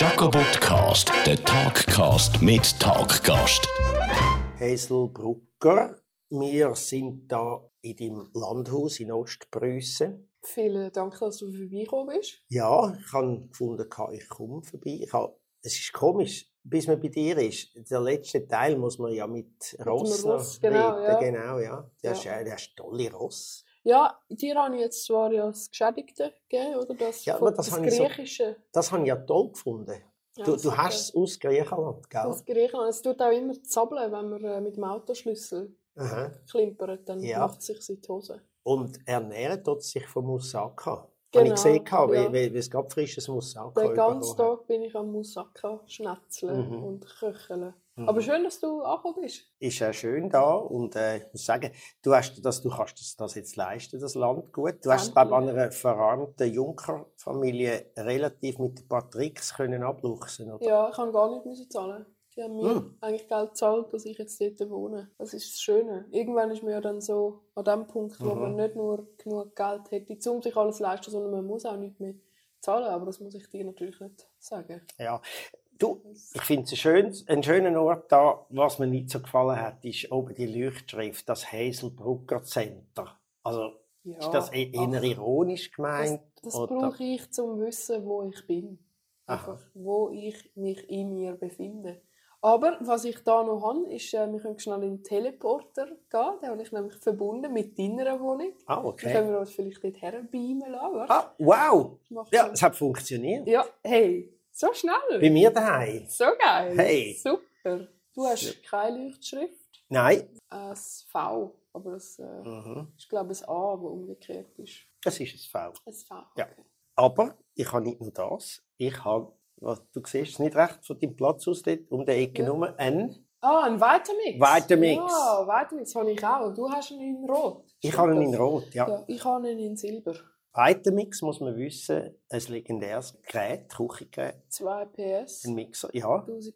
Jacobotcast, der Talkcast mit Talkgast. Hazel Brugger, wir sind hier in deinem Landhaus in Ostpreußen. Vielen Dank, dass du vorbeigekommen bist. Ja, ich habe gefunden, ich komme vorbei. Es ist komisch, bis man bei dir ist. Der letzte Teil muss man ja mit Ross Ross, reden. ja. Genau, ja. Das ist tolle Ross. Ja, dir habe ich jetzt zwar ja das Geschädigte gegeben, oder? Das, Ja, aber das habe Griechische. Das habe ich ja toll gefunden. Ja, du hast es aus Griechenland, gell? Aus Griechenland. Es tut auch immer zappeln, wenn man mit dem Autoschlüssel klimpert, dann macht es sich in die Hose. Und ernähren tut sich vom Moussaka. Genau, habe ich gesehen, ja. weil es gab frisches Moussaka. Den ganzen Tag bin ich am Moussaka schnetzeln und köcheln. Aber schön, dass du angekommen bist. Ist auch schön da und ich muss sagen, du kannst das jetzt leisten, das Landgut. Du hast es, glaube ich, an einer verarmten Junkerfamilie relativ mit ein paar Tricks können abluchsen, oder? Ja, ich habe gar nicht zahlen. Die haben mir eigentlich Geld gezahlt, dass ich jetzt dort wohne. Das ist das Schöne. Irgendwann ist man ja dann so an dem Punkt, wo man nicht nur genug Geld hätte, um sich alles zu leisten, sondern man muss auch nicht mehr zahlen. Aber das muss ich dir natürlich nicht sagen. Ja. Du, ich finde es einen schönen Ort da. Was mir nicht so gefallen hat, ist oben die Leuchtschrift, das Hazel Brugger Center. Also, Ja, ist das eher ironisch gemeint? Das brauche ich, um zu wissen, wo ich bin. Einfach, wo ich mich in mir befinde. Aber was ich da noch habe, ist, wir können schnell in den Teleporter gehen. Den habe ich nämlich verbunden mit deiner Wohnung. Ah, okay. Dann können wir uns vielleicht dort herbeamen lassen. Ah, wow! Ja, so. es hat funktioniert. Ja, hey, so schnell. Bei mir daheim. So geil. Hey. Super. Du hast keine Leuchtschrift. Nein. Ein V. Aber das ist, glaube ich, ein A, das umgekehrt ist. Das ist ein V. Ein V, okay. Ja. Aber ich habe nicht nur das. Ich habe, du siehst es nicht recht von deinem Platz aus dort, um die Ecke herum, ein Vitamix. Vitamix. Ja, Vitamix habe ich auch. Du hast ihn in Rot. Ich habe ihn in Rot, ja. Ja, ich habe ihn in Silber. Vitamix, muss man wissen, ein legendäres Gerät, Küchengerät. 2 PS. Ein Mixer, ja.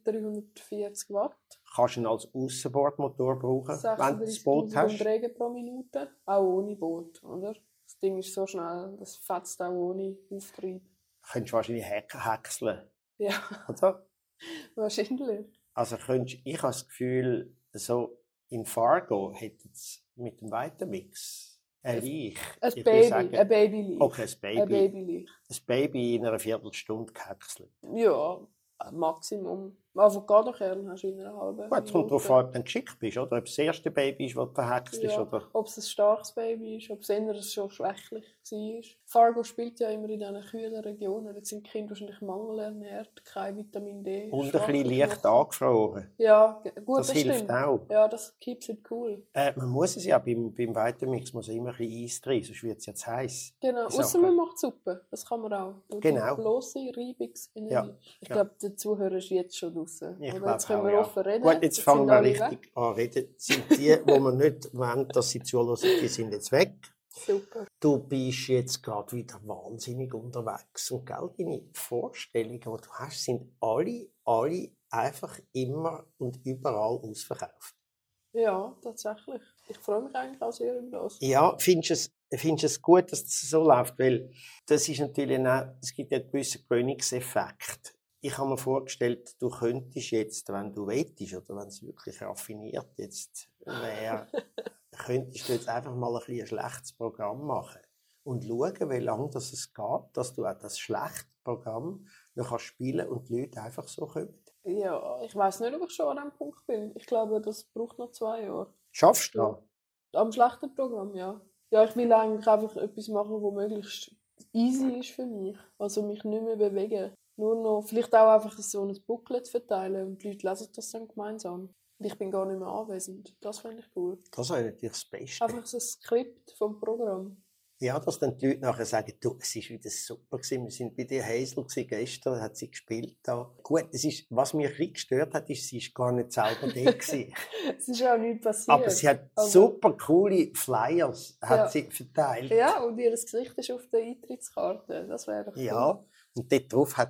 1340 Watt. Kannst du ihn als Aussenbordmotor brauchen, wenn du das Boot 36.000 hast. Umdrehungen pro Minute. Auch ohne Boot, oder? Das Ding ist so schnell, das fetzt auch ohne Auftrieb. Du könntest wahrscheinlich häckseln. Ja, Oder? wahrscheinlich. Also ich habe das Gefühl, so in Fargo hätte es mit dem Vitamix ein Leich. Ein Baby-Leich. Okay, Ein Baby-Leich. Ein Baby in einer Viertelstunde gehäckselt. Ja, Maximum. Avocado-Kern hast du in einer halben Gut, es kommt darauf an, ob du geschickt bist, oder? Ob es das erste Baby ist, das du häckselst, Ja, oder? ob es ein starkes Baby ist, ob es eher schon schwächlich war. Fargo spielt ja immer in diesen kühlen Regionen. Dort sind die Kinder wahrscheinlich mangelernährt, kein Vitamin D. Und ein schwache bisschen leicht Knochen. angefroren. Ja, gut, Das das hilft stimmt. auch. Ja, das keeps it cool. Man muss es ja, beim Vitamix muss immer ein bisschen Eis drin, sonst wird es ja zu heiß. Genau, Die außer Sache. man macht Suppe. Das kann man auch. Und Genau. die bloße Reibungsenergie. Ja, Ich ja. glaube, der Zuhörer ist jetzt schon draußen. Ich Oder glaube jetzt können auch, wir ja. offen reden. Gut, jetzt sind fangen wir alle richtig weg. an reden. Sind die, die wir nicht wollen, dass sie zuhören, die sind jetzt weg. Super. Du bist jetzt gerade wieder wahnsinnig unterwegs. Und gell, deine Vorstellungen, die du hast, sind alle einfach immer und überall ausverkauft. Ja, tatsächlich. Ich freue mich eigentlich auch sehr über das. Ja, findest du es gut, dass das so läuft? Weil das ist natürlich auch, es gibt ja einen gewissen Gewöhnungseffekt. Ich habe mir vorgestellt, du könntest jetzt, wenn du wettest oder wenn es wirklich raffiniert jetzt wäre, könntest du jetzt einfach mal ein bisschen ein schlechtes Programm machen und schauen, wie lange es geht, dass du auch das schlechte Programm noch spielen kannst und die Leute einfach so kommen. Ja, ich weiss nicht, ob ich schon an diesem Punkt bin. Ich glaube, das braucht noch 2 Jahre. Schaffst du das? Am schlechten Programm, ja. Ja, ich will eigentlich einfach etwas machen, das möglichst easy ist für mich. Also mich nicht mehr bewegen. Nur noch, vielleicht auch einfach so ein Booklet verteilen und die Leute lesen das dann gemeinsam. Und ich bin gar nicht mehr anwesend. Das fände ich cool. Das wäre natürlich das Beste. Einfach so ein Skript vom Programm. Ja, dass dann die Leute nachher sagen, du, es war wieder super gewesen. Wir sind bei dir Hazel gewesen, gestern hat sie gespielt da. Gut, was mich ein bisschen gestört hat, ist, sie ist gar nicht selber da gewesen. Es ist auch nichts passiert. Aber sie hat super coole Flyers hat sie verteilt. Ja, und ihr Gesicht ist auf der Eintrittskarte. Das wäre cool. Ja, und dort drauf hat sie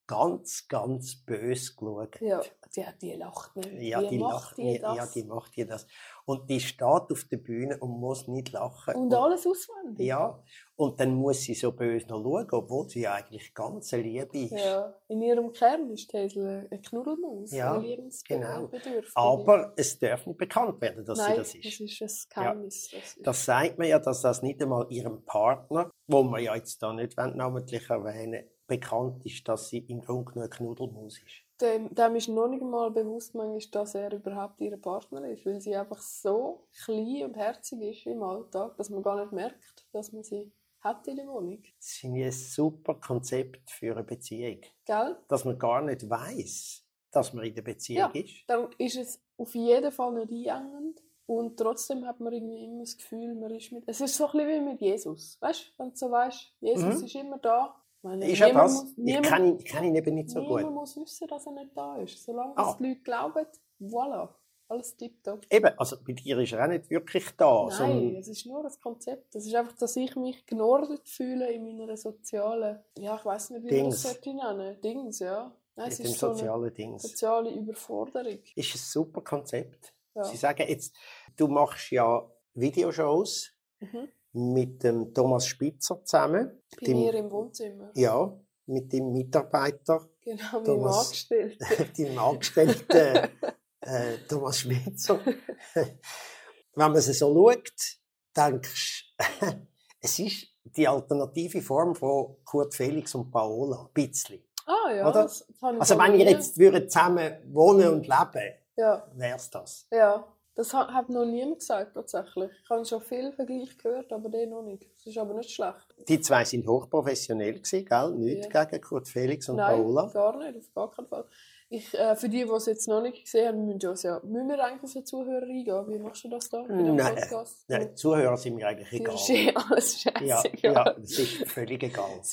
ganz, ganz böse geschaut. Ja, die lacht nicht. Ja, Wie die macht lacht die nie, das? ja, die macht die das. Und die steht auf der Bühne und muss nicht lachen. Und alles auswendig. Ja, und dann muss sie so böse noch schauen, obwohl sie ja eigentlich ganz eine Liebe ist. Ja, in ihrem Kern ist Hazel eine Knuddelmaus, Ja, eine liebensbedürftige. Aber es darf nicht bekannt werden, dass Nein, sie das ist. das ist ein Geheimnis. Das sagt man ja, dass das nicht einmal ihrem Partner, wo man ja jetzt da nicht namentlich erwähnen, bekannt ist, dass sie im Grunde genommen eine Knuddelmaus ist. Dem ist noch nicht mal bewusst, manchmal, dass er überhaupt ihr Partner ist, weil sie einfach so klein und herzig ist im Alltag, dass man gar nicht merkt, dass man sie hat in der Wohnung. Das finde ich ein super Konzept für eine Beziehung. Gell? Dass man gar nicht weiss, dass man in der Beziehung ist. Dann ist es auf jeden Fall nicht einengend. Und trotzdem hat man irgendwie immer das Gefühl, man ist mit... Es ist so ein bisschen wie mit Jesus. Weißt du, wenn du so weißt, Jesus ist immer da. Ist ja das? Ich kenne ihn eben nicht so gut. Niemand muss wissen, dass er nicht da ist. Solange die Leute glauben, voilà, alles tipptopp. Eben, also bei dir ist er auch nicht wirklich da. Nein, es ist nur das Konzept. Es ist einfach, dass ich mich genordet fühle in meiner sozialen... Ja, ich weiss nicht, wie man das nennen. Dings, ja. Nein, es ist so eine soziale Überforderung. Ist ein super Konzept. Ja. Sie sagen jetzt, du machst ja Videoshows mit dem Thomas Spitzer zusammen. Bei mir im Wohnzimmer. Ja, mit dem Mitarbeiter. Genau, meinem Angestellten. Deinem Angestellten Thomas Spitzer. Wenn man es so schaut, denkst du, es ist die alternative Form von Kurt Felix und Paola. Ein bisschen. Ah ja, oder? Das habe ich also wenn ihr jetzt zusammen wohnen und leben, wäre es das. Ja, das hat noch niemand gesagt tatsächlich. Ich habe schon viel Vergleich gehört, aber den noch nicht. Das ist aber nicht schlecht. Die zwei sind hochprofessionell gewesen, gell? Nicht gegen Kurt Felix und Paola. Nein, gar nicht, auf gar keinen Fall. Für die es jetzt noch nicht gesehen haben, müssen wir eigentlich auf die Zuhörer eingehen. Wie machst du das da bei dem Podcast? Nein, Zuhörer sind mir eigentlich egal. Das ist alles scheiße. Ja, das ist völlig egal. Das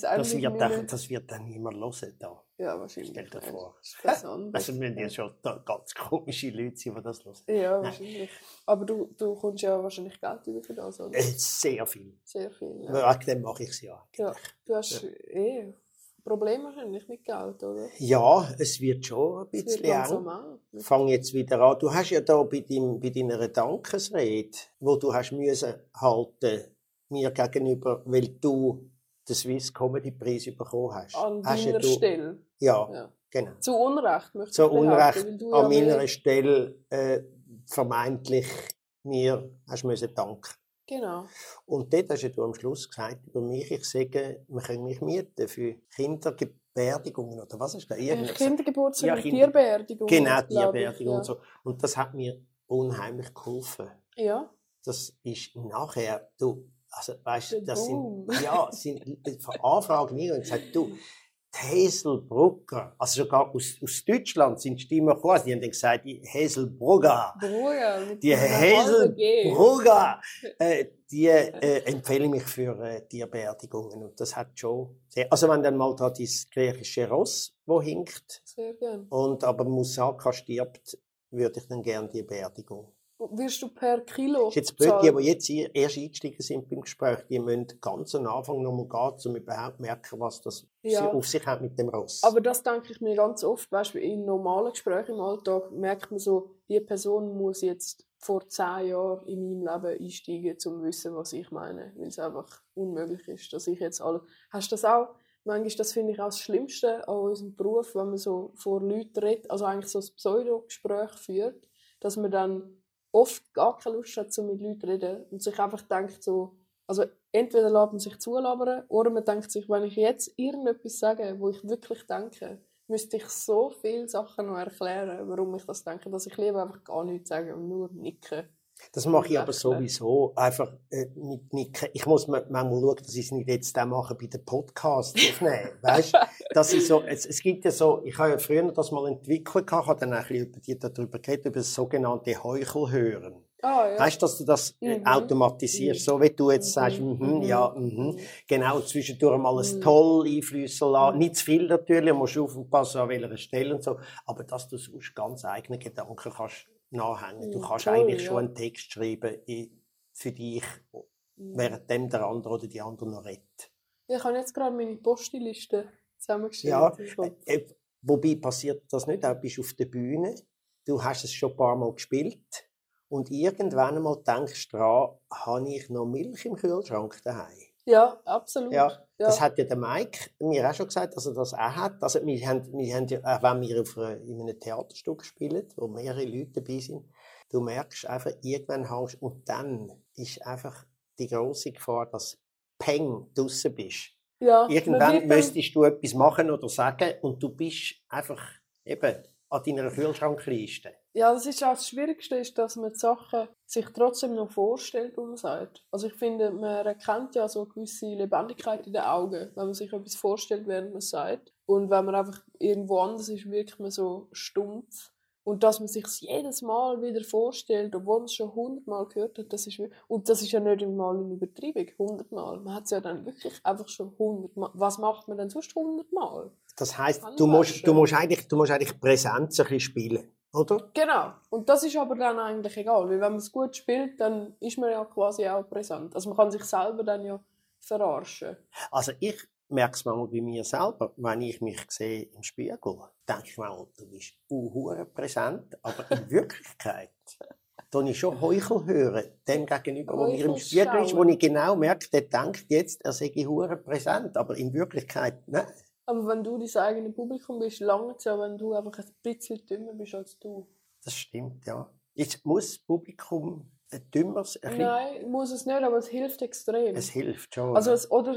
wird dann niemand hören. Da. Ja, wahrscheinlich. Stell dir vor. Das also müssen ja schon ganz komische Leute sein, die das hören. Ja, wahrscheinlich. Aber du kommst ja wahrscheinlich Geld über für das, oder? Sehr viel. Sehr viel, ja. Wegen dem mache ich es ja. Ja, du hast Probleme wahrscheinlich mit Geld, oder? Ja, es wird schon ein bisschen eng. Fang jetzt wieder an. Du hast ja da bei deiner Dankesrede, wo du hast müssen halten, mir gegenüber, weil du den Swiss Comedy Preis bekommen hast. An deiner Stelle? Ja, genau. Zu Unrecht, möchte ich Zu Unrecht an meiner Stelle vermeintlich mir hast müssen danken. Genau. Und dort hast du am Schluss gesagt über mich, ich sage, man kann mich mieten für Kinderbeerdigungen oder was ist das? Kindergeburtstag und Tierbeerdigungen. Genau, Tierbeerdigungen und so. Und das hat mir unheimlich geholfen. Ja. Das ist nachher, weißt du, das sind von Anfragen hier und gesagt, du, Hazel Brugger, also sogar aus Deutschland sind Stimmen gekommen, die haben dann gesagt, die Hazel Brugger, die Hazel Brugger, die empfehle mich für Tierbeerdigungen und das hat schon sehr, also wenn dann mal da das griechische Ross, wo hinkt, sehr gern. Und aber Moussaka stirbt, würde ich dann gerne die Beerdigung. Wirst du per Kilo ist jetzt blöd, die jetzt erst eingestiegen sind beim Gespräch, die müssen ganz am Anfang noch mal gehen, um überhaupt zu merken, was das auf sich hat mit dem Ross. Aber das denke ich mir ganz oft, weißt du, in normalen Gesprächen im Alltag merkt man so, die Person muss jetzt vor 10 Jahren in meinem Leben einsteigen, um zu wissen, was ich meine, weil es einfach unmöglich ist, dass ich jetzt alles... Hast du das auch? Manchmal, das finde ich auch das Schlimmste an unserem Beruf, wenn man so vor Leuten redet, also eigentlich so ein Pseudo-Gespräch führt, dass man dann oft gar keine Lust hat, so mit Leuten zu reden und sich einfach denkt so, also entweder lässt man sich zulabern oder man denkt sich, wenn ich jetzt irgendetwas sage, wo ich wirklich denke, müsste ich so viele Sachen noch erklären, warum ich das denke, dass ich lieber einfach gar nichts sage und nur nicken. Das mache ich aber sowieso einfach mit Nicken. Ich muss manchmal schauen, dass ich es nicht jetzt mache bei den Podcasts aufnehmen. Weißt? Das ist so, es gibt ja so, ich habe ja früher das mal entwickelt, ich habe dann ein bisschen darüber geredet, über das sogenannte Heuchelhören. Ja. Weißt du, dass du das automatisierst, so wie du jetzt sagst, genau, zwischendurch mal ein Toll einfließen lassen. Nicht zu viel natürlich, du musst aufpassen, an welcher Stelle und so, aber dass du sonst ganz eigene Gedanken kannst nachhängen. Du kannst eigentlich schon einen Text schreiben für dich, während der andere oder die andere noch redet. Ich habe jetzt gerade meine Postliste zusammengestellt. Ja, im Kopf. wobei passiert das nicht, auch bist du auf der Bühne, du hast es schon ein paar Mal gespielt und irgendwann einmal denkst du dran, habe ich noch Milch im Kühlschrank daheim? Ja, absolut. Ja, das Ja. hat ja der Mike mir auch schon gesagt, dass er das auch hat. Also wir haben ja, auch wenn wir in einem Theaterstück spielen, wo mehrere Leute dabei sind, du merkst einfach, irgendwann hängst und dann ist einfach die grosse Gefahr, dass Peng draussen bist. Ja, man Irgendwann wird dann- müsstest du etwas machen oder sagen und du bist einfach eben an deiner Kühlschrankliste. Ja, das ist auch das Schwierigste, ist, dass man die Sachen sich trotzdem noch vorstellt, was man sagt. Also ich finde, man erkennt ja so eine gewisse Lebendigkeit in den Augen, wenn man sich etwas vorstellt, während man es sagt. Und wenn man einfach irgendwo anders ist, wirkt man so stumpf. Und dass man sich jedes Mal wieder vorstellt, obwohl man es schon 100-mal gehört hat, das ist und das ist ja nicht einmal eine Übertreibung, 100-mal. Man hat es ja dann wirklich einfach schon 100-mal. Was macht man denn sonst 100-mal? Das heisst, du musst eigentlich Präsenz ein bisschen spielen, oder? Genau. Und das ist aber dann eigentlich egal, weil wenn man es gut spielt, dann ist man ja quasi auch präsent. Also man kann sich selber dann ja verarschen. Also ich merke es manchmal bei mir selber, wenn ich mich sehe im Spiegel, denke ich mal, du bist hure präsent, aber in Wirklichkeit tue ich schon Heuchel hören, dem gegenüber, wo mir im Spiegel ist, wo ich genau merke, der denkt jetzt, er sei hure präsent, aber in Wirklichkeit, nein. Aber wenn du dein eigenes Publikum bist, lange es ja, wenn du einfach ein bisschen dümmer bist als du. Das stimmt, ja. Jetzt muss das Publikum ein dümmeres... Nein, muss es nicht, aber es hilft extrem. Es hilft schon. Also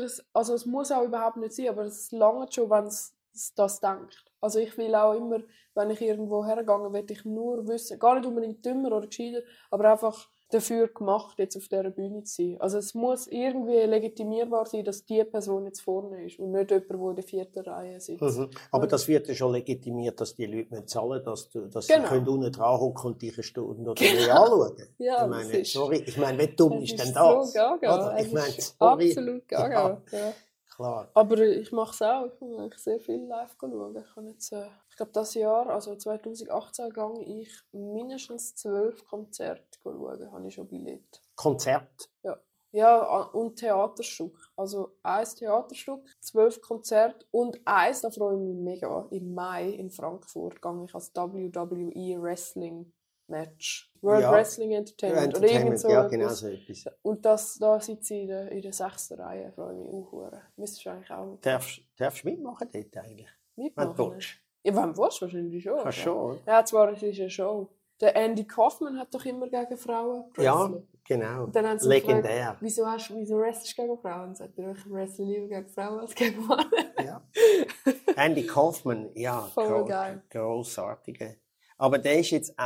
es muss auch überhaupt nicht sein, aber es langt schon, wenn es das denkt. Also ich will auch immer, wenn ich irgendwo hergehe, will ich nur wissen, gar nicht unbedingt dümmer oder gescheiter, aber einfach dafür gemacht, jetzt auf dieser Bühne zu sein. Also es muss irgendwie legitimierbar sein, dass die Person jetzt vorne ist und nicht jemand, der in der 4. Reihe sitzt. Mhm. Aber das wird ja schon legitimiert, dass die Leute zahlen müssen, dass Genau. sie können unten dran hocken und dich eine Stunde oder mehr anschauen. Ja, ich meine, das ist, sorry, ich meine, wie dumm ist denn das? So gaga. Oder? Ich meine, Es ist sorry. absolut gaga. Ja. Klar. Aber ich mache es auch. Ich kann eigentlich sehr viel live schauen. Ich habe jetzt, ich glaube, dieses Jahr, also 2018, gehe ich mindestens 12 Konzerte schauen. Habe ich schon Billett. Konzert. Ja, und Theaterstück. Also ein Theaterstück, 12 Konzerte und eins, da freue ich mich mega. Im Mai in Frankfurt gehe ich als WWE Wrestling Match. World Wrestling Entertainment. Oder irgend so ja, etwas. genau so etwas. Und da sitze ich in der 6. Reihe, freue ich mich auch. Müsstest du eigentlich auch Darfst du mitmachen dort eigentlich? mitmachen? Wenn du willst. Ja, wenn du willst, wahrscheinlich schon. Kannst schon. Ja, zwar, es ist eine Show. Der Andy Kaufman hat doch immer gegen Frauen Ja, gewrestelt. genau. Und dann haben sie Legendär. gefragt, wieso wrestlest du gegen Frauen? Und sagt er, ich wrestle lieber gegen Frauen als gegen Männer. Ja. Andy Kaufman, ja, Voll geil. grossartiger. Aber der ist jetzt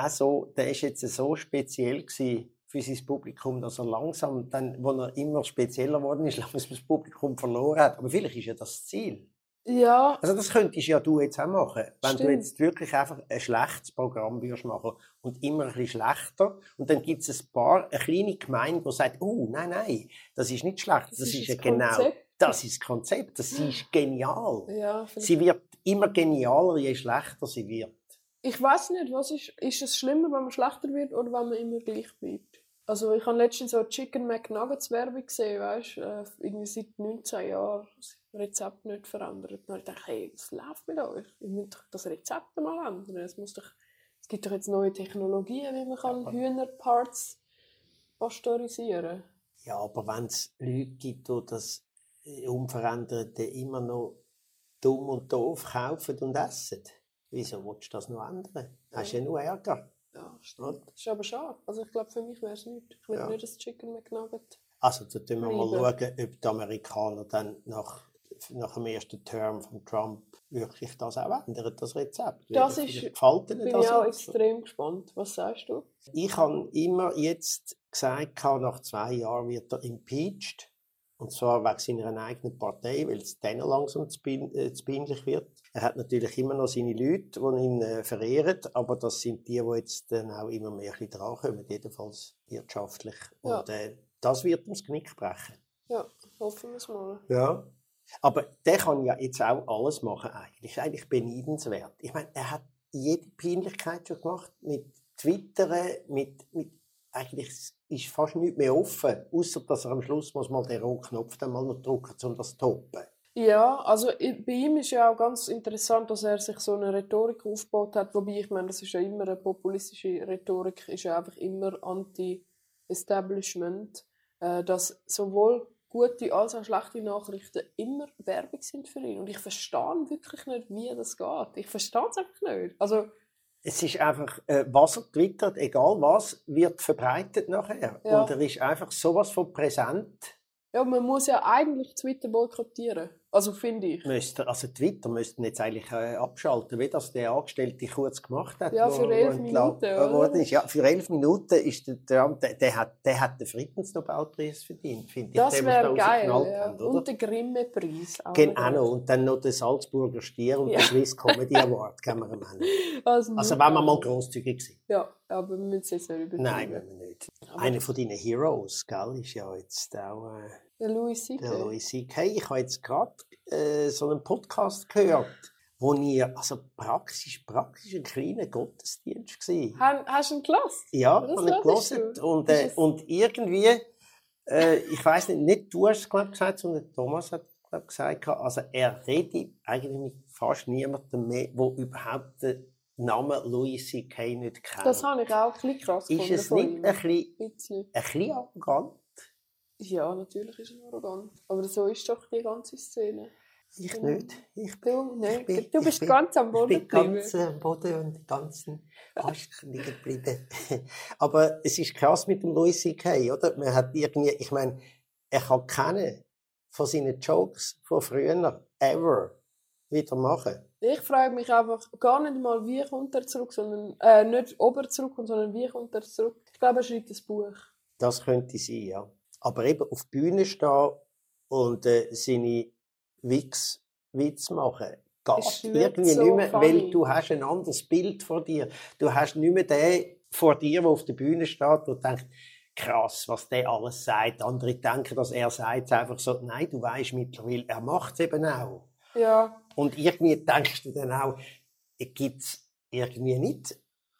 so speziell gewesen für sein Publikum, dass er langsam, dann, wo er immer spezieller geworden ist, langsam das Publikum verloren hat. Aber vielleicht ist ja das Ziel. Ja, Also das könntest ja du jetzt auch machen. Wenn du Stimmt. jetzt wirklich einfach ein schlechtes Programm würdest machen und immer ein bisschen schlechter und dann gibt es eine kleine Gemeinde, die sagt, nein, das ist nicht schlecht, das ist ja genau, Konzept. das ist das Konzept, das ist genial. Ja, vielleicht. Sie wird immer genialer, je schlechter sie wird. Ich weiß nicht, was ist es schlimmer, wenn man schlechter wird oder wenn man immer gleich bleibt? Also ich habe letztens so eine Chicken McNuggets Werbung gesehen, weißt du, irgendwie seit 19 Jahren das Rezept nicht verändert. Dann habe ich gedacht, hey, was läuft mit euch? Ihr müsst doch das Rezept mal ändern. Es gibt doch jetzt neue Technologien, wie man kann Hühnerparts pasteurisieren. Ja, aber wenn es Leute gibt, die das Unveränderte immer noch dumm und doof kaufen und essen, wieso willst du das noch ändern? Hast du ja nur Ärger. Ja, stimmt. Das ist aber schade. Also ich glaube, für mich wäre es nicht. Ich will nicht das Chicken McNugget. Also da schauen wir mal, Liebe. schauen, ob die Amerikaner dann nach dem ersten Term von Trump wirklich das auch ändern, das Rezept. Das Vielleicht ist, gefällt ihnen bin das ich auch jetzt? extrem gespannt. Was sagst du? Ich habe immer jetzt gesagt, nach 2 Jahren wird er impeached. Und zwar wegen seiner eigenen Partei, weil es dann langsam zu peinlich wird. Er hat natürlich immer noch seine Leute, die ihn verehren, aber das sind die jetzt dann auch immer mehr drankommen, jedenfalls wirtschaftlich. Ja. Und das wird ums Knick brechen. Ja, hoffen wir es mal. Ja. Aber der kann ja jetzt auch alles machen eigentlich. Ist eigentlich beneidenswert. Ich meine, er hat jede Peinlichkeit schon gemacht, mit Twittern, mit eigentlich ist fast nichts mehr offen, außer dass er am Schluss muss mal den roten Knopf dann mal noch drücken, um das zu toppen. Ja, also bei ihm ist ja auch ganz interessant, dass er sich so eine Rhetorik aufgebaut hat, wobei ich meine, das ist ja immer eine populistische Rhetorik, ist ja einfach immer Anti-Establishment, dass sowohl gute als auch schlechte Nachrichten immer Werbung sind für ihn. Und ich verstehe wirklich nicht, wie das geht. Ich verstehe es einfach nicht. Also, Es ist einfach, was er twittert, egal was, wird verbreitet nachher. Ja. Und er ist einfach sowas von präsent. ja, man muss ja eigentlich Twitter boykottieren. Also finde ich. Also Twitter müssten jetzt eigentlich abschalten, wie das der Angestellte kurz gemacht hat. Ja, für 11 Minuten, oder? Ist. Ja, für 11 Minuten ist der Trump, der hat den Friedensnobelpreis verdient, finde ich. Das den, was da wäre geil. rausgeknallt Ja. haben, oder? Und der Grimme-Preis. auch Genau, noch. und dann noch der Salzburger Stier und Ja. der Swiss Comedy Award können wir nennen. Also wenn wir mal grosszügig sind. Ja, aber wir müssen es jetzt nicht übertreiben. Nein, müssen wir nicht. Aber Einer von deinen Heroes, gell, ist ja jetzt auch der Louis der C.K. Louis C.K. Ich habe jetzt gerade so einen Podcast gehört, wo ihr, also praktisch ein kleiner Gottesdienst war. Hast du ihn gelassen? Ja, Das habe ich hörst gelesen. du. Und, Ist es- und irgendwie, ich weiss nicht du hast es glaub, gesagt, sondern Thomas hat glaub, gesagt, also er redet eigentlich mit fast niemandem mehr, der überhaupt den Namen Louis C.K. nicht kennt. Das habe ich auch ein bisschen krass Ist gefunden es von nicht ihm. ein bisschen? bisschen arrogant? Ja, natürlich ist er arrogant. Aber so ist doch die ganze Szene. Ich Ja. nicht. Du bist ganz am Boden Ich bin geblieben. ganz am Boden und ganz Ast liegen geblieben. Aber es ist krass mit dem Louis C.K., oder? Man hat irgendwie, ich meine, er kann keinen von seinen Jokes von früher ever wieder machen. Ich frage mich einfach gar nicht mal, wie kommt er zurück, sondern nicht ob er zurückkommt, sondern wie kommt er zurück. Ich glaube, er schreibt ein Buch. Das könnte sein, ja. Aber eben auf die Bühne stehen und seine Witz machen, geht Ist nicht irgendwie so nicht mehr, funny. weil du hast ein anderes Bild vor dir. Du hast nicht mehr den vor dir, der auf der Bühne steht, und denkt, krass, was der alles sagt. Andere denken, dass er sagt einfach so, nein, du weisst mittlerweile, er macht es eben auch. Ja, Und irgendwie denkst du dann auch, gibt es irgendwie nicht,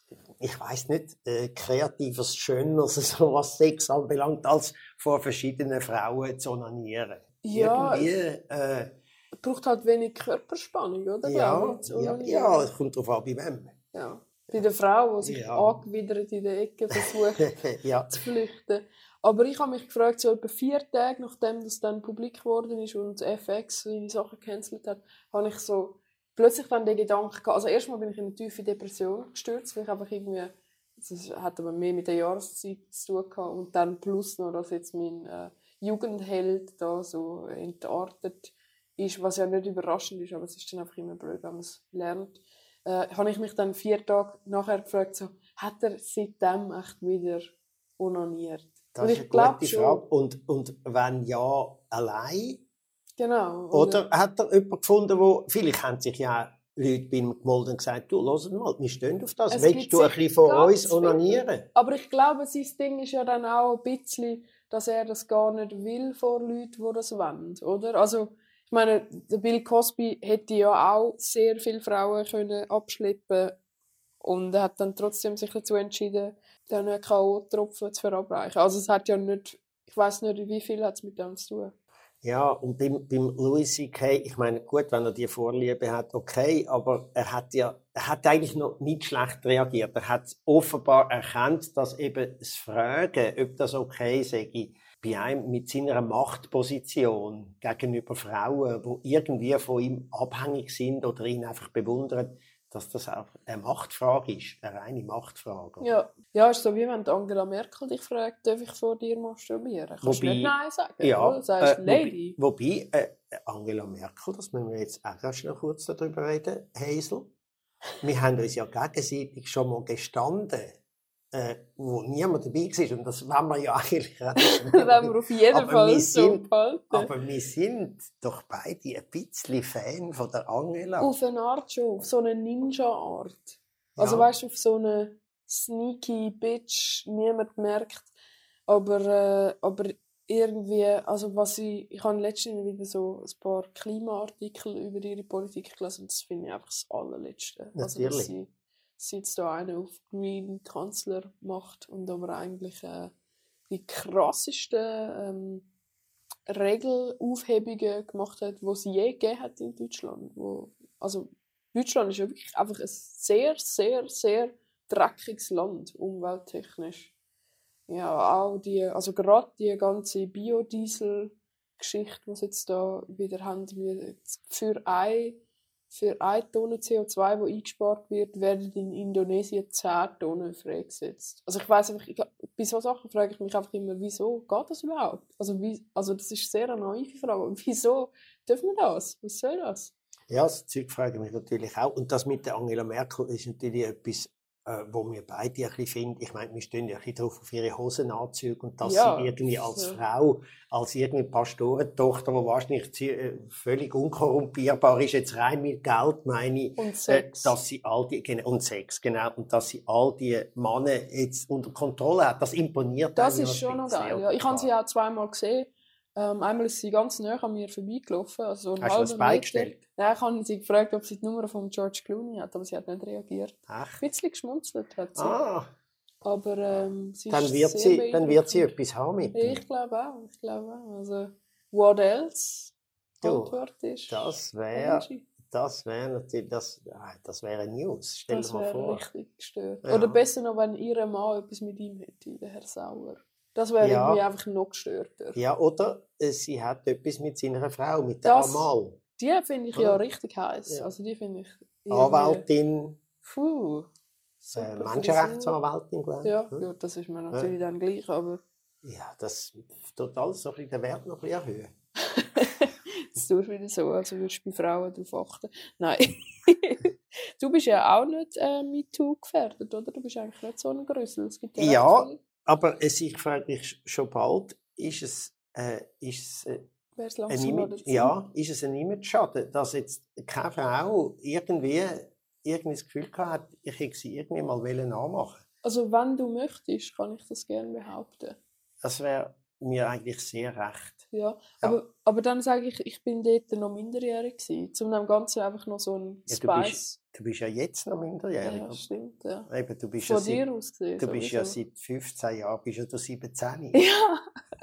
ich weiss nicht, kreatives, schöneres, so was Sex anbelangt, als vor verschiedenen Frauen zu onanieren. Ja, Irgendwie, braucht halt wenig Körperspannung, oder? Glaube ich, ja, es kommt darauf an, bei wem. Ja. Bei der Frau, die sich Ja. angewidert in der Ecke versucht Ja. zu flüchten. Aber ich habe mich gefragt, so etwa 4 Tage nachdem das dann publik geworden ist und FX seine Sachen gecancelt hat, habe ich so plötzlich dann den Gedanken gehabt. Also erstmal bin ich in eine tiefe Depression gestürzt, weil ich einfach irgendwie, das hat aber mehr mit der Jahreszeit zu tun gehabt, und dann plus noch, dass jetzt mein Jugendheld da so entartet ist, was ja nicht überraschend ist, aber es ist dann einfach immer blöd, wenn man es lernt. Habe ich mich dann 4 Tage nachher gefragt, so, hat er seitdem echt wieder onaniert? Das Und ist ich eine glaube gute schon. Frage. Und wenn ja, allein? Genau. Oder hat er jemanden gefunden, wo, vielleicht haben sich ja Leute bei ihm gemeldet und gesagt, du, hört mal, wir stehen auf das. Es Willst gibt du ein sicher bisschen von ganz uns viele. onanieren? Aber ich glaube, sein Ding ist ja dann auch ein bisschen, dass er das gar nicht will vor Leuten, die das wollen, oder? Also, ich meine, der Bill Cosby hätte ja auch sehr viele Frauen können abschleppen und er hat dann trotzdem sich dazu entschieden, dann K.O.-Tropfen zu verabreichen. Also es hat ja nicht, ich weiss nicht, wie viel hat es mit dem zu tun. Ja, und beim Louis C.K., ich meine, gut, wenn er die Vorliebe hat, okay, aber er hat eigentlich noch nicht schlecht reagiert. Er hat offenbar erkannt, dass eben das Fragen, ob das okay sei, bei einem mit seiner Machtposition gegenüber Frauen, die irgendwie von ihm abhängig sind oder ihn einfach bewundern, dass das auch eine Machtfrage ist, eine reine Machtfrage. Ja, ja, ist so wie wenn die Angela Merkel dich fragt, darf ich vor dir masturbieren? Kannst du Wobei- nicht Nein sagen, Ja, oder? Du sagst Lady. Wobei, Angela Merkel, das müssen wir jetzt auch ganz schnell kurz darüber reden, Hazel. Wir haben uns ja gegenseitig schon mal gestanden, wo niemand dabei war. Und das wollen wir ja eigentlich auch nicht. Das wollen wir auf jeden Aber Fall wir so sind- behalten. Aber wir sind doch beide ein bisschen Fan von der Angela. Auf eine Art schon, auf so eine Ninja-Art. Also Ja. weißt du, auf so eine sneaky Bitch, niemand merkt. Aber irgendwie, also ich habe letztens wieder so ein paar Klimaartikel über ihre Politik gelesen und das finde ich einfach das allerletzte. Also, dass Natürlich. sie jetzt da einen auf Green Kanzler macht und aber eigentlich die krassesten Regelaufhebungen gemacht hat, die sie je gegeben hat in Deutschland. Also Deutschland ist ja wirklich einfach ein sehr, sehr, sehr dreckiges Land, umwelttechnisch. Ja, auch also gerade die ganze Biodiesel-Geschichte, die sie jetzt da wieder haben, für eine Tonne CO2, die eingespart wird, werden in Indonesien 10 Tonnen freigesetzt. Also ich weiss einfach, bei solchen Sachen frage ich mich einfach immer, wieso geht das überhaupt? Also das ist sehr eine naive Frage. Wieso dürfen wir das? Was soll das? Ja, das Zeug frage ich mich natürlich auch. Und das mit der Angela Merkel ist natürlich etwas, wo wir beide ein bisschen finden. Ich meine, wir stehen ja ein bisschen drauf auf ihre Hosenanzüge und dass Ja, sie irgendwie als Frau, als irgendwie Pastorentochter, die wahrscheinlich völlig unkorrumpierbar ist, jetzt rein mit Geld, meine ich, Und Sex. dass sie und Sex, genau, und dass sie all die Männer jetzt unter Kontrolle hat, das imponiert Das einem ist ja schon noch speziell. geil. Ja. Ich habe sie auch zweimal gesehen. Einmal ist sie ganz nah an mir vorbeigelaufen, also so einen Hast du das halben beigestellt? Meter. Nein, ich habe sie gefragt, ob sie die Nummer von George Clooney hat, aber sie hat nicht reagiert. Echt? Ein bisschen geschmunzelt hat sie. Ah, Aber sie dann ist wird sehr sie beeindruckend. etwas haben mit ihm. Ich glaube auch. Also, what else? Die Du, Antwort ist Das Angie. wäre natürlich, das wäre News. Stell dir Das mal wäre vor. richtig gestört. Ja. Oder besser noch, wenn ihr Mann etwas mit ihm hätte, der Herr Sauer. Das wäre Ja. irgendwie einfach noch gestörter. Ja, oder sie hat etwas mit seiner Frau, mit der Das- Amal. Die finde ich ja richtig heiß. Ja. Also die finde ich Anwältin, Puh. Super Menschenrechtsanwältin, glaube ich. Ja, gut, das ist mir natürlich dann gleich, aber Ja, das tut alles so ein bisschen den Wert noch ein bisschen erhöhen. jetzt tust du wieder so, als würdest du bei Frauen darauf achten. Nein. Du bist ja auch nicht MeToo gefährdet, oder? Du bist eigentlich nicht so ein Grüssel. Es gibt Ja. recht viele. Aber ich frage mich schon bald, ist es Wär's ein langsam an der Image, Zeit? ja, ist es ein Image-Schaden, dass jetzt keine Frau irgendwie das Gefühl hat, ich hätte sie irgendwie mal nachmachen. Also wenn du möchtest, kann ich das gerne behaupten. Das wäre mir eigentlich sehr recht. Ja. Ja. Aber dann sage ich bin dort noch minderjährig gewesen, um dem Ganzen einfach noch so einen Ja, Spice. du bist ja jetzt noch minderjährig. Ja, stimmt, ja. Eben, du bist Von ja dir aus gesehen. du bist ja sowieso. seit 15 Jahren bist ja du 17. Ja,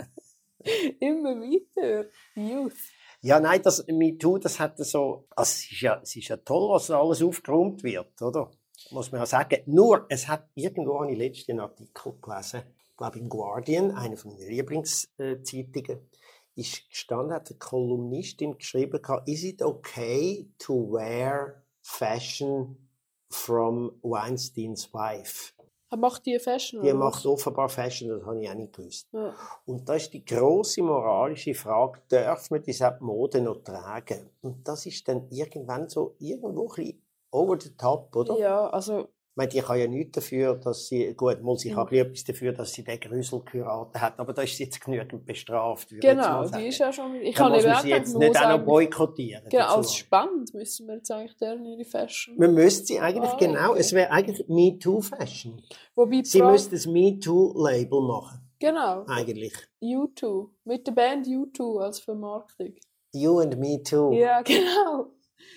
immer weiter. Youth. Ja, nein, das MeToo, das hat so, also es ist ja toll, was alles aufgeräumt wird, oder? Muss man ja sagen. Nur, es hat irgendwo einen letzten Artikel gelesen, ich glaube im Guardian, einer von meinen Lieblingszeitungen, ist gestanden, hat eine Kolumnistin geschrieben, is it okay to wear fashion from Weinsteins wife? Macht die Fashion? Die oder macht was? offenbar Fashion, das habe ich auch nicht gewusst. Ja. Und da ist die grosse moralische Frage, darf man diese Mode noch tragen? Und das ist dann irgendwann so irgendwo ein bisschen over the top, oder? Ja, also Ich meine, die kann ja nichts dafür, dass sie, gut, muss ich auch etwas dafür, dass sie den Grüssel geheiratet hat, aber da ist sie jetzt genügend bestraft, würde ich jetzt genau, mal sagen. die ist ja schon. Ich Da kann muss nicht man sie gedacht, jetzt man nicht muss auch noch eigentlich- boykottieren. Genau, dazu. als Spend müssen wir jetzt eigentlich deren ihre Fashion. Man müsste sie eigentlich, Ah, genau, okay. es wäre eigentlich MeToo-Fashion. Wobei die Sie Frage- müsste das MeToo-Label machen, Genau, eigentlich. U2. Mit der Band U2 als Vermarktung. You and Me Too. Ja, genau.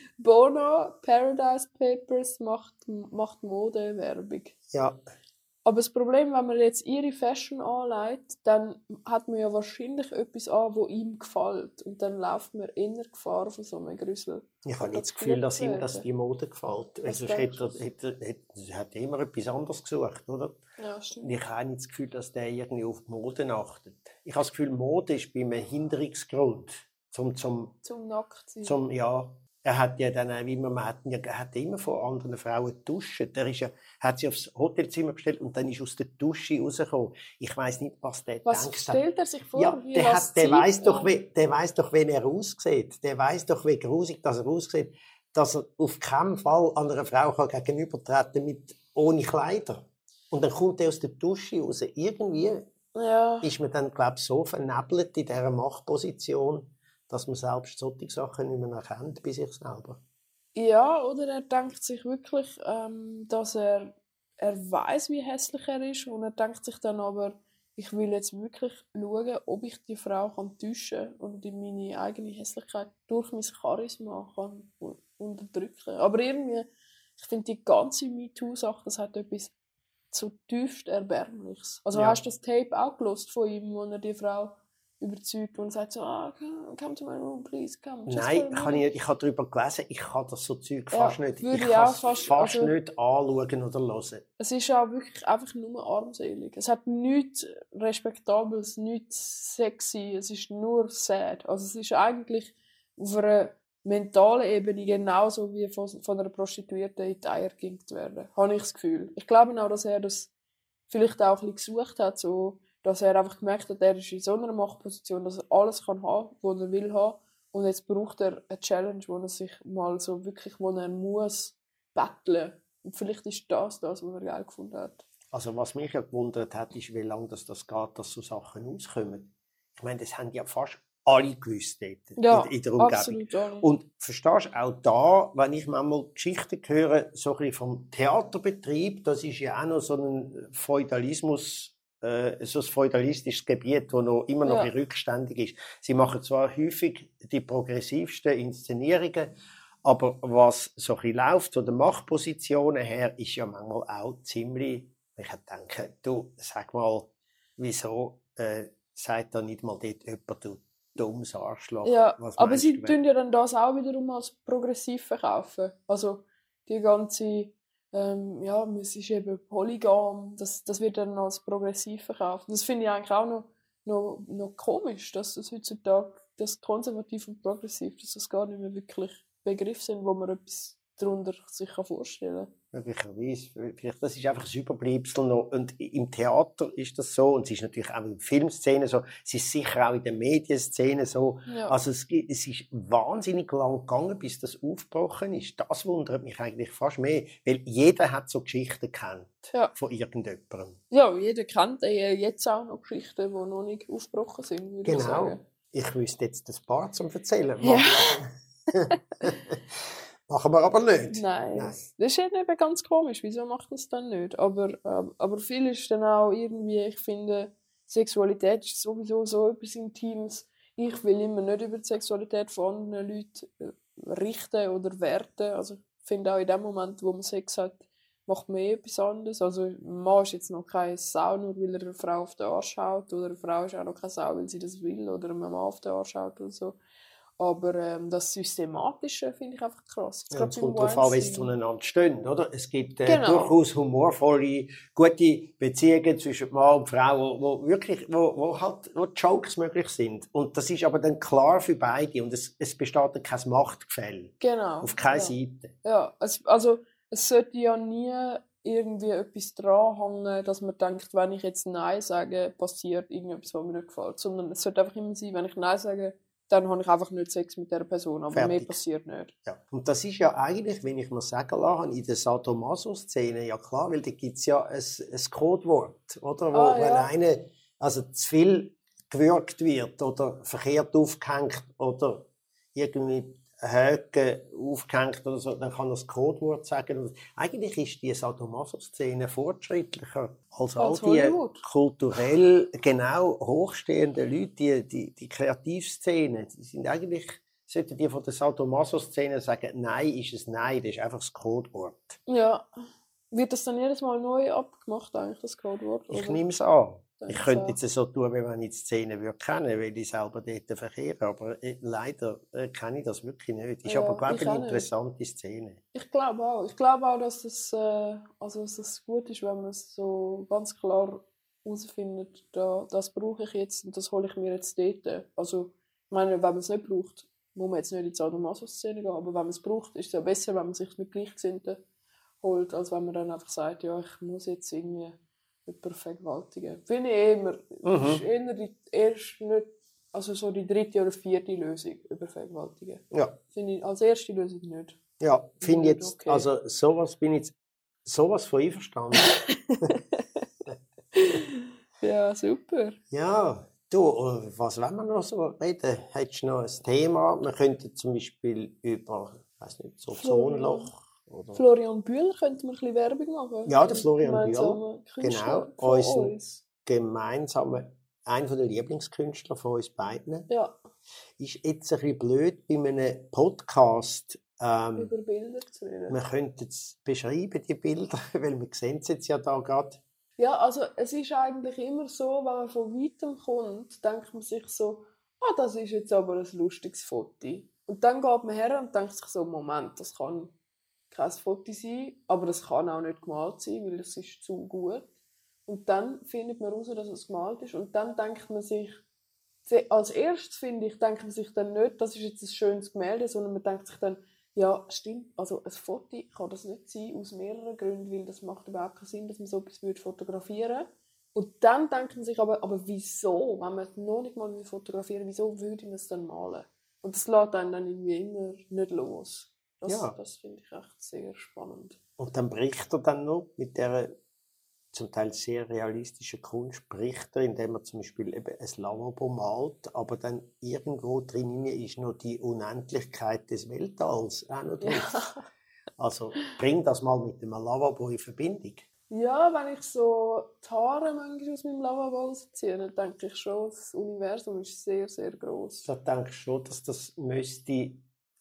Bono, Paradise Papers macht Modewerbung. Ja. Aber das Problem, wenn man jetzt ihre Fashion anlegt, dann hat man ja wahrscheinlich etwas an, das ihm gefällt. Und dann läuft man eher Gefahr von so einem Grüssel. Ich habe nicht das Das Gefühl, dass gefällt ihm das werden. die Mode gefällt. Was Also denkst er hat immer etwas anderes gesucht, oder? Ja, stimmt. Ich habe auch nicht das Gefühl, dass der irgendwie auf die Mode achtet. Ich habe das Gefühl, Mode ist bei einem Hinderungsgrund. Zum Nacktsein. Ja, er hat ja dann, wie man hat, er hat immer von anderen Frauen geduscht. Hat sie aufs Hotelzimmer bestellt und dann ist aus der Dusche rausgekommen. Ich weiss nicht, was der Was denkt. stellt er sich vor? Ja, wie der lasziv weiss doch, er- der weiss doch, wie er aussieht. Der weiss doch, wie grusig dass er aussieht. Dass er auf keinen Fall an einer Frau kann gegenübertreten ohne Kleider. Und dann kommt er aus der Dusche raus. Irgendwie Ja. ist man dann, glaube ich, so vernebelt in dieser Machtposition, dass man selbst solche Sachen nicht mehr erkennt bei sich selber. Ja, oder er denkt sich wirklich, dass er weiß, wie hässlich er ist, und er denkt sich dann aber, ich will jetzt wirklich schauen, ob ich die Frau täuschen kann und in meine eigene Hässlichkeit durch mein Charisma kann unterdrücken. Aber irgendwie, ich finde die ganze MeToo-Sache, das hat etwas zutiefst Erbärmliches. Also Ja. hast du das Tape auch gelost von ihm, wo er die Frau überzeugt, und sagt so, come to my room, please, come. Nein, kann ich nicht. Ich habe darüber gelesen, ich kann das so Zeug Ja, fast nicht. würde Ich ich kann auch es fast- fast also- nicht anschauen oder hören. Es ist auch wirklich einfach nur armselig. Es hat nichts Respektables, nichts sexy, es ist nur sad. Also es ist eigentlich auf einer mentalen Ebene genauso wie von einer Prostituierten in die Eier geginkt werden, habe ich das Gefühl. Ich glaube auch, dass er das vielleicht auch ein bisschen gesucht hat, so, dass er einfach gemerkt hat, er ist in so einer Machtposition, dass er alles kann haben, was er will haben. Und jetzt braucht er eine Challenge, wo er sich mal so wirklich, wo er muss betteln. Und vielleicht ist das, was er geil gefunden hat. Also was mich ja gewundert hat, ist, wie lange das geht, dass so Sachen rauskommen. Ich meine, das haben ja fast alle gewusst dort, Ja, in der Umgebung. absolut. Alle. Und verstehst du, auch da, wenn ich manchmal Geschichten höre, so ein bisschen vom Theaterbetrieb, das ist ja auch noch so ein Feudalismus, so ein feudalistisches Gebiet, das noch immer noch Ja. rückständig ist. Sie machen zwar häufig die progressivsten Inszenierungen, aber was so ein bisschen läuft, von den Machtpositionen her, ist ja manchmal auch ziemlich, ich denke, du, sag mal, wieso sagt da nicht mal dort jemand, du dummes Arschloch? Ja, Was aber meinst sie du, tun ja dann das auch wiederum als progressiv verkaufen. Also die ganze, es ist eben polygam, das wird dann als progressiv verkauft. Das finde ich eigentlich auch noch komisch, dass das heutzutage, das konservativ und progressiv, dass das gar nicht mehr wirklich Begriffe sind, wo man etwas darunter sich vorstellen kann. Möglicherweise. Vielleicht, das ist einfach ein Überbleibsel noch. Und im Theater ist das so. Und es ist natürlich auch in der Filmszene so. Es ist sicher auch in der Medienszene so. Ja. Also es ist wahnsinnig lang gegangen, bis das aufgebrochen ist. Das wundert mich eigentlich fast mehr. Weil jeder hat so Geschichten kennt Ja. von irgendjemandem. Ja, jeder kennt jetzt auch noch Geschichten, die noch nicht aufgebrochen sind, würde ich Genau. sagen. Ich wüsste jetzt ein paar zum Erzählen. Ja. Machen wir aber nicht. Nein. Das ist eben ganz komisch. Wieso macht das dann nicht? Aber viel ist dann auch irgendwie, ich finde, Sexualität ist sowieso so etwas Intimes. Ich will immer nicht über die Sexualität von anderen Leuten richten oder werten. Also ich finde auch in dem Moment, wo man Sex hat, macht man etwas anderes. Also ein Mann ist jetzt noch keine Sau, nur weil er eine Frau auf den Arsch schaut. Oder eine Frau ist auch noch keine Sau, weil sie das will. Oder ein Mann auf den Arsch schaut oder so. Aber das Systematische finde ich einfach krass. Ja, es kommt darauf an, wie es Weinstein. zueinander stehen, oder? Es gibt Genau. durchaus humorvolle, gute Beziehungen zwischen Mann und Frau, wo wirklich, wo Jokes möglich sind. Und das ist aber dann klar für beide und es besteht dann kein Machtgefälle. Genau. Auf keiner Ja. Seite. Ja, es sollte ja nie irgendwie etwas dranhängen, dass man denkt, wenn ich jetzt Nein sage, passiert irgendetwas, was mir nicht gefällt. Sondern es sollte einfach immer sein, wenn ich Nein sage, dann habe ich einfach nicht Sex mit dieser Person, aber Fertig. mehr passiert nicht. Ja. Und das ist ja eigentlich, wenn ich mir sagen lasse, in der Sadomaso-Szene, ja klar, weil da gibt es ja ein Codewort, oder? Wo, wenn ja. einer also zu viel gewürgt wird oder verkehrt aufgehängt oder irgendwie Haken aufgehängt oder so, dann kann er das Codewort sagen. Und eigentlich ist die Sadomaso-Szene fortschrittlicher als all Als die Hollywood. kulturell genau hochstehenden Leute, die Kreativszene. Die sind eigentlich, sollten die von der Sadomaso-Szene sagen, Nein ist es Nein, das ist einfach das Codewort. Ja. Wird das dann jedes Mal neu abgemacht, eigentlich, das Codewort? Ich oder? nehme es an. Denke Ich könnte so. jetzt so tun, wie wenn ich die Szene würde kennen, weil ich selber dort verkehre. Aber leider kenne ich das wirklich nicht. Ist Ja, aber, glaube ich, ich auch eine nicht. interessante Szene. Ich glaube auch. Ich glaube auch, dass es gut ist, wenn man es so ganz klar herausfindet, das brauche ich jetzt und das hole ich mir jetzt dort. Also, ich meine, wenn man es nicht braucht, muss man jetzt nicht in die Sadomaso-Szene gehen, aber wenn man es braucht, ist es ja besser, wenn man sich mit Gleichgesinnten holt, als wenn man dann einfach sagt, ja, ich muss jetzt irgendwie jemanden vergewaltigen. Finde ich immer, ist eher die erste, nicht, also so die dritte oder vierte Lösung über Vergewaltigen. Ja. Finde ich als erste Lösung nicht. Ja, finde ich jetzt, Okay. also sowas bin ich jetzt sowas von einverstanden. Ja, super. Ja, du, was wollen wir noch so reden? Hättest du noch ein Thema? Wir könnten zum Beispiel über, ich weiss nicht, so Ozonloch oder... Florian Bühler, könnte man ein bisschen Werbung machen? Ja, der Florian Gemeinsamer Bühler, Künstler genau, von unser uns. gemeinsamer, einer der Lieblingskünstler von uns beiden. Ja, Ist jetzt ein bisschen blöd bei einem Podcast. über Bilder zu reden. Wir könnten es beschreiben, die Bilder, weil wir sehen es jetzt ja da gerade. Ja, also es ist eigentlich immer so, wenn man von Weitem kommt, denkt man sich so, das ist jetzt aber ein lustiges Foto. Und dann geht man her und denkt sich so, Moment, das kann kein Foto sein, aber das kann auch nicht gemalt sein, weil es ist zu gut. Und dann findet man heraus, dass es gemalt ist. Und dann denkt man sich, als erstes finde ich, denkt man sich dann nicht, das ist jetzt ein schönes Gemälde, sondern man denkt sich dann, ja, stimmt, also ein Foto kann das nicht sein, aus mehreren Gründen, weil das macht überhaupt keinen Sinn, dass man so etwas fotografieren würde. Und dann denkt man sich aber wieso, wenn man es noch nicht mal fotografieren will, wieso würde man es dann malen? Und das lässt einen dann irgendwie immer nicht los. Das finde ich echt sehr spannend. Und dann bricht er dann noch mit dieser zum Teil sehr realistischen Kunst, bricht er, indem er zum Beispiel eben ein Lavabo malt, aber dann irgendwo drin ist noch die Unendlichkeit des Weltalls auch noch drauf. Ja. Also bring das mal mit dem Lavabo in Verbindung. Ja, wenn ich so die Haare manchmal aus meinem Lavabo rausziehe, dann denke ich schon, das Universum ist sehr, sehr gross. Da denke ich schon, dass das müsste...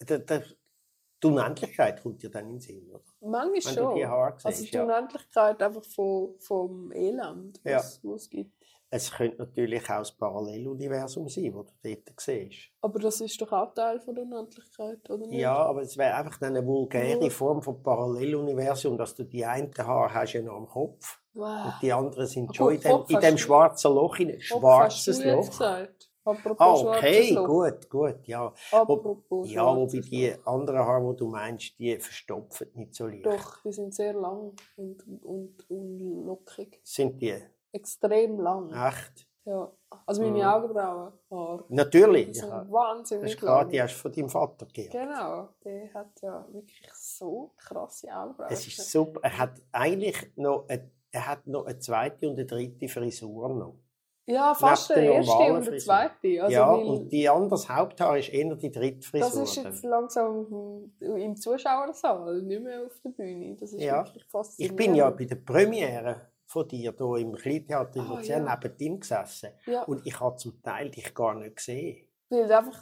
Die Unendlichkeit kommt dir dann in den Sinn, oder? Manchmal Wenn schon. du die Haare siehst, Also die Unendlichkeit einfach vom Elend, was es gibt. Es könnte natürlich auch das Paralleluniversum sein, das du dort siehst. Aber das ist doch auch Teil von der Unendlichkeit, oder nicht? Ja, aber es wäre einfach eine vulgäre Form von Paralleluniversum, dass du die einen Haare hast ja noch am Kopf und die anderen sind schon in dem schwarzen Loch, in ein schwarzes Loch. Gesagt. Apropos okay, Loch. gut, ja. Apropos Wobei die anderen Haare, die du meinst, die verstopfen nicht so leicht. Doch, die sind sehr lang und lockig. Sind die? Extrem lang. Echt? Ja. Also meine Augenbrauen. Natürlich. Die sind wahnsinnig das ist klar, lang. Die hast du von deinem Vater geerbt. Genau, der hat ja wirklich so krasse Augenbrauen. Es ist super. Er hat eigentlich noch eine zweite und eine dritte Frisur noch. Ja, fast der erste und der zweite. Also ja, und die andere Haupthaar ist eher die dritte Frisur. Das ist jetzt langsam im Zuschauersaal, nicht mehr auf der Bühne. Das ist wirklich faszinierend. Ich bin ja bei der Premiere von dir hier im Kleintheater in Luzern neben dir gesessen. Ja. Und ich habe zum Teil dich gar nicht gesehen. Weil einfach...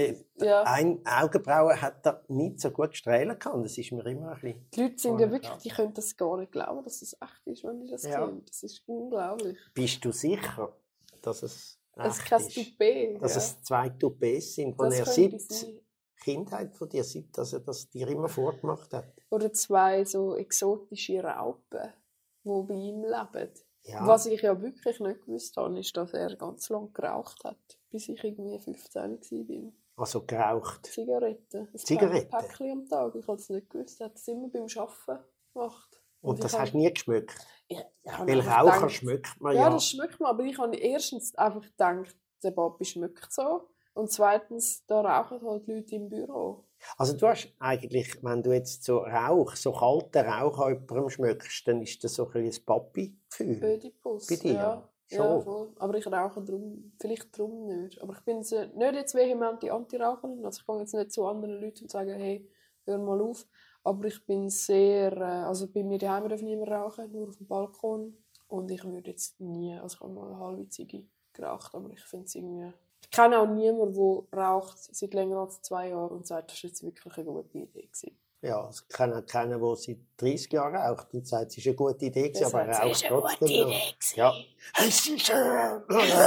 Eine Augenbraue hat da nicht so gut strahlen können. Das ist mir immer ein bisschen... Die Leute sind ja wirklich, die können das gar nicht glauben, dass es echt ist, wenn die das sehen. Das ist unglaublich. Bist du sicher, dass es echt ist? Kein Toupet. Dass es zwei Toupets sind, die er seit Kindheit von dir sieht, dass er das dir immer vorgemacht hat. Oder zwei so exotische Raupen, die bei ihm leben. Ja. Was ich ja wirklich nicht gewusst habe, ist, dass er ganz lange geraucht hat, bis ich irgendwie 15 war. Also geraucht? Zigaretten. Zigaretten? Ein Päckchen am Tag. Ich habe es nicht gewusst. Er hat es immer beim Arbeiten gemacht. Und das hast du nie geschmeckt? Ja, weil Raucher schmeckt man ja. Ja, das schmeckt man. Aber ich habe erstens einfach gedacht, der Papi schmeckt so. Und zweitens, da rauchen halt Leute im Büro. Also du hast eigentlich, wenn du jetzt so kalten Rauch an jemandem schmeckst, dann ist das so ein bisschen ein Papi-Gefühl. Ödipus, bei dir? Ja, voll. Aber ich rauche vielleicht darum nicht. Aber ich bin nicht jetzt vehemente Anti-Raucherin. Also ich gehe jetzt nicht zu anderen Leuten und sage, hey, hör mal auf. Aber ich bin sehr, also bei mir daheim darf niemand rauchen, nur auf dem Balkon. Und ich würde jetzt nie, also ich habe mal eine halbe Ziege geraucht, aber ich finde es irgendwie... Ich kenne auch niemanden, der raucht seit länger als 2 Jahren und sagt, das war jetzt wirklich eine gute Idee gewesen. Ja, ich kenne auch keinen, der seit 30 Jahren raucht und sagt, es war eine gute Idee gewesen, aber er raucht trotzdem noch. Ja. Es ist schön!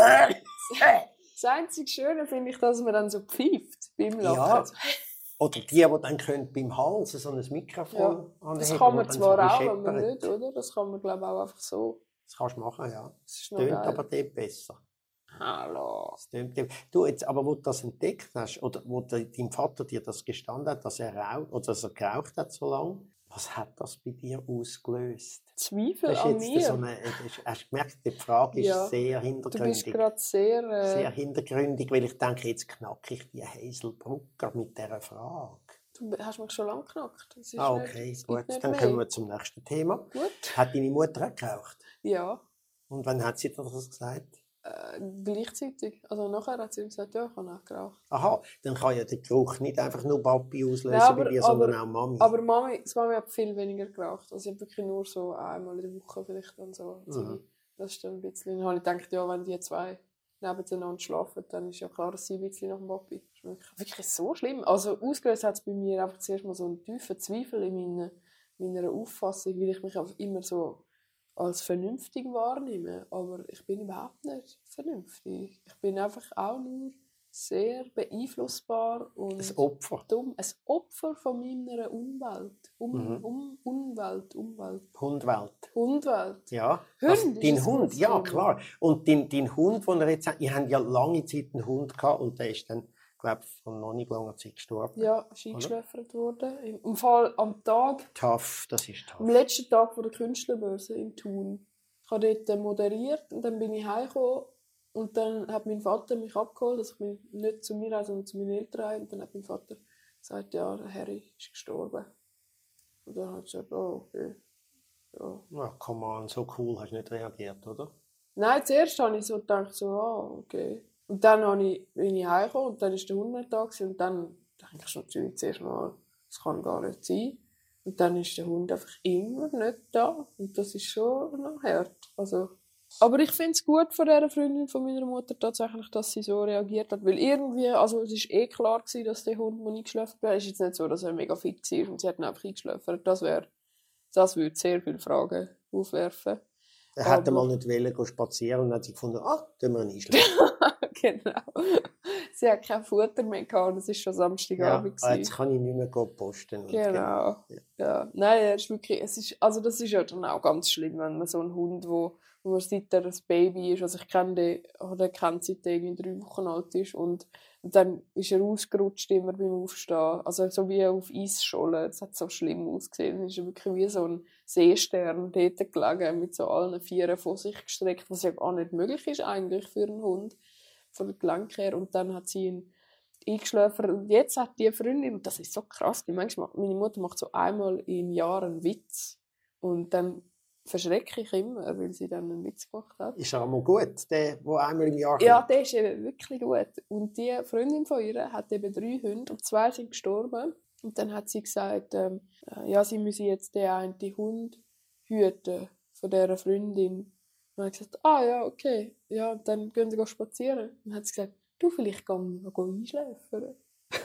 Das einzige Schöne finde ich, dass man dann so pfeift beim Lachen. Ja. Oder die dann beim Hals so ein Mikrofon anheben. Das kann man zwar auch, aber nicht, oder? Das kann man, glaube ich, auch einfach so. Das kannst du machen, ja. Es tönt aber dort besser. Hallo. Du, jetzt, aber wo du das entdeckt hast, oder wo dein Vater dir das gestanden hat, dass er raucht, oder dass er geraucht hat so lange, was hat das bei dir ausgelöst? Zweifel an mir. Hast du gemerkt, die Frage ist sehr hintergründig. Du bist gerade sehr hintergründig, weil ich denke, jetzt knacke ich die Hazel Brucker mit dieser Frage. Du hast mich schon lange geknackt. Okay, gut. Dann kommen wir zum nächsten Thema. Gut. Hat deine Mutter auch geraucht? Ja. Und wann hat sie dir das gesagt? Gleichzeitig. Also nachher hat sie gesagt, ja, ich habe auch geraucht. Aha, dann kann ja der Geruch nicht einfach nur Papi auslösen bei dir, sondern auch Mami. Aber Mami hat viel weniger geraucht. Also ich habe wirklich nur so einmal in der Woche vielleicht dann so. Das ist dann ein bisschen. Dann habe ich gedacht, ja, wenn die zwei nebeneinander schlafen, dann ist ja klar, dass sie ein bisschen nach dem Papi. Das ist wirklich so schlimm. Also ausgelöst hat es bei mir einfach zuerst mal so einen tiefen Zweifel in meiner Auffassung, weil ich mich einfach immer so als vernünftig wahrnehme. Aber ich bin überhaupt nicht vernünftig. Ich bin einfach auch nur sehr beeinflussbar und Ein Opfer. dumm. Ein Opfer von meiner Umwelt. Umwelt. Hundwelt. Ja. Hund Also, ist dein ein Hund, gutes ja Thema. klar. Und dein Hund, den er jetzt hat, ich habe ja lange Zeit einen Hund gehabt und der ist dann, glaube ich, von noch nicht langer Zeit gestorben. Ja, ist eingeschläfert worden. Im Fall am Tag, Tough, das ist tough. am letzten Tag der Künstlerbörse in Thun. Ich habe dort moderiert und dann bin ich heimgekommen und dann hat mein Vater mich abgeholt, dass ich mich nicht zu mir, sondern zu meinen Eltern heim. Und dann hat mein Vater gesagt, ja, der Harry ist gestorben. Und dann habe ich gesagt, oh, okay. Ja. Ja, come on, so cool hast du nicht reagiert, oder? Nein, zuerst habe ich so gedacht, so, okay. Und dann bin ich heimgekommen und dann war der Hund nicht da gewesen. Und dann dachte ich natürlich zuerst mal, das kann gar nicht sein. Und dann ist der Hund einfach immer nicht da. Und das ist schon noch hart. Also, aber ich finde es gut von dieser Freundin von meiner Mutter tatsächlich, dass sie so reagiert hat. Weil irgendwie, also es war klar gewesen, dass der Hund mal eingeschläfert wäre. Es ist jetzt nicht so, dass er mega fit war und sie hat ihn einfach eingeschläfert. Das würde sehr viele Fragen aufwerfen. Er hätte mal nicht wollen spazieren und hat sie gefunden, tun wir ihn einschlafen. Genau. Sie hat kein Futter mehr gehabt, das war schon Samstagabend. Ja, jetzt kann ich nicht mehr posten. Genau. Ja. Nein, er ist wirklich, das ist ja dann auch ganz schlimm, wenn man so einen Hund, wo man seit er ein Baby ist, also ich kenne den, oder kennt seit er irgendwie 3 Wochen alt ist und dann ist er ausgerutscht immer beim Aufstehen, also so wie auf Eisschollen, das hat so schlimm ausgesehen, dann ist er wirklich wie so ein Seestern dort gelegen, mit so allen Vieren vor sich gestreckt, was ja gar nicht möglich ist eigentlich für einen Hund, von der Gelenk her, und dann hat sie ihn eingeschläfert. Und jetzt hat die Freundin, und das ist so krass, meine Mutter macht so einmal im Jahr einen Witz und dann verschrecke ich immer, weil sie dann einen Witz gemacht hat. Ist er einmal gut, der einmal im Jahr kommt? Ja, der ist eben wirklich gut. Und die Freundin von ihr hat eben 3 Hunde und 2 sind gestorben. Und dann hat sie gesagt, ja, sie müsse jetzt den einen Hund hüten von dieser Freundin. Und dann hat sie gesagt, ja, okay. Ja, dann gehen sie spazieren. Und dann hat sie gesagt, du, vielleicht gehen wir einschläfern.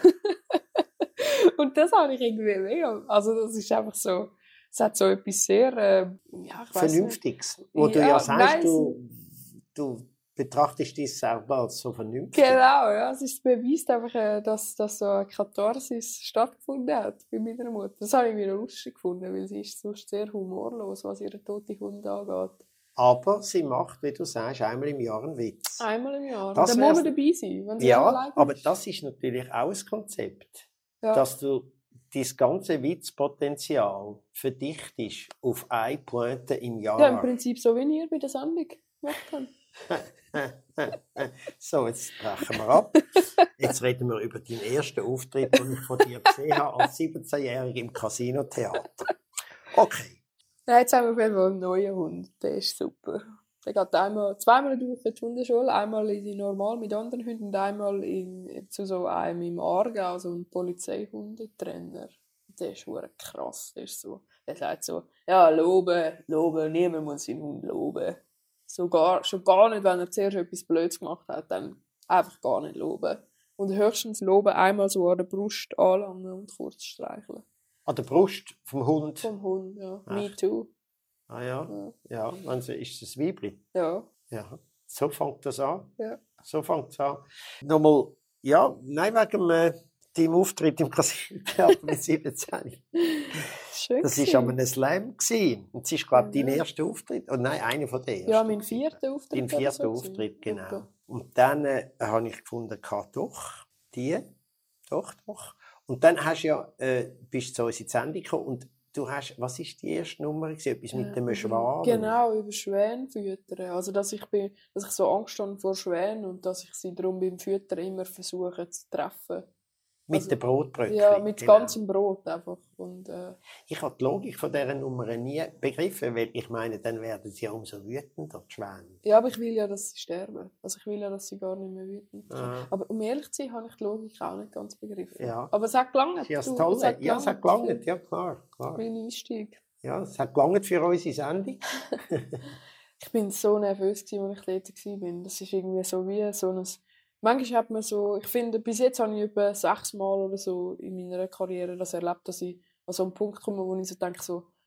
Und das habe ich irgendwie mega. Also das ist einfach so, es hat so etwas sehr, ich weiss Vernünftiges. nicht. Wo du ja sagst, nein, du betrachtest dich selber als so vernünftig. Genau, ja. Es beweist einfach, dass so eine Katharsis stattgefunden hat bei meiner Mutter. Das habe ich wieder lustig gefunden, weil sie ist sonst sehr humorlos, was ihren toten Hund angeht. Aber sie macht, wie du sagst, einmal im Jahr einen Witz. Einmal im Jahr. Das dann muss man dabei sein, wenn sie ja, aber das ist natürlich auch ein Konzept, dass du dein ganze Witzpotenzial verdichtest auf eine Pointe im Jahr. Ja, im Prinzip so, wie ihr bei der Sendung gemacht habt. So, jetzt brechen wir ab. Jetzt reden wir über deinen ersten Auftritt, den ich von dir gesehen habe, als 17-Jährige im Casino-Theater. Okay. Ja, jetzt haben wir auf jeden Fall einen neuen Hund. Der ist super. Der geht zweimal durch die Hundeschule, einmal in die normal mit anderen Hunden und einmal zu so einem im Aargau, so ein Polizeihundetrainer. Der ist verdammt krass. Der sagt so, ja, loben, niemand muss seinen Hund loben. Schon gar nicht, wenn er zuerst etwas Blödes gemacht hat, dann einfach gar nicht loben. Und höchstens loben, einmal so an der Brust anlangen und kurz streicheln. An der Brust vom Hund? Vom Hund, ja. Ach. Me too. Ah ja, ja. Also ist es ein Weibli? Ja. Ja. So fängt das an. Ja. So fängt es an. Nochmal, ja, nein, wegen deinem Auftritt im Casino-Theater mit 17. Schön Das war aber ein Slam. Und es ist, glaube ich, dein erster Auftritt. Oh nein, einer von den ersten. Ja, mein 4. Auftritt. Dein 4. so Auftritt, genau. Okay. Und dann habe ich gefunden, doch. Und dann bist du zu uns in die Sendung gekommen und du hast, was war die erste Nummer? Etwas mit dem Schwan? Genau, über Schwäne füttern. Also, dass ich so Angst habe vor Schwänen und dass ich sie darum beim Füttern immer versuche zu treffen. Mit den Brotbrötchen? Ja, mit ganzem Brot einfach. Und, ich habe die Logik von dieser Nummer nie begriffen, weil ich meine, dann werden sie ja umso wütender, die Schwäne. Ja, aber ich will ja, dass sie sterben. Also ich will ja, dass sie gar nicht mehr wütend sind. Aber um ehrlich zu sein, habe ich die Logik auch nicht ganz begriffen. Ja. Aber es hat gelangt. Ja, es hat gelangt, ja klar. Mein Einstieg. Ja, es hat gelangt für unsere Sendung. Ich bin so nervös, als ich dort war. Das ist irgendwie so wie so ein... Manchmal hat man so... Ich finde, bis jetzt habe ich etwa 6 Mal oder so in meiner Karriere das erlebt, dass ich an so einen Punkt komme, wo ich so denke, so,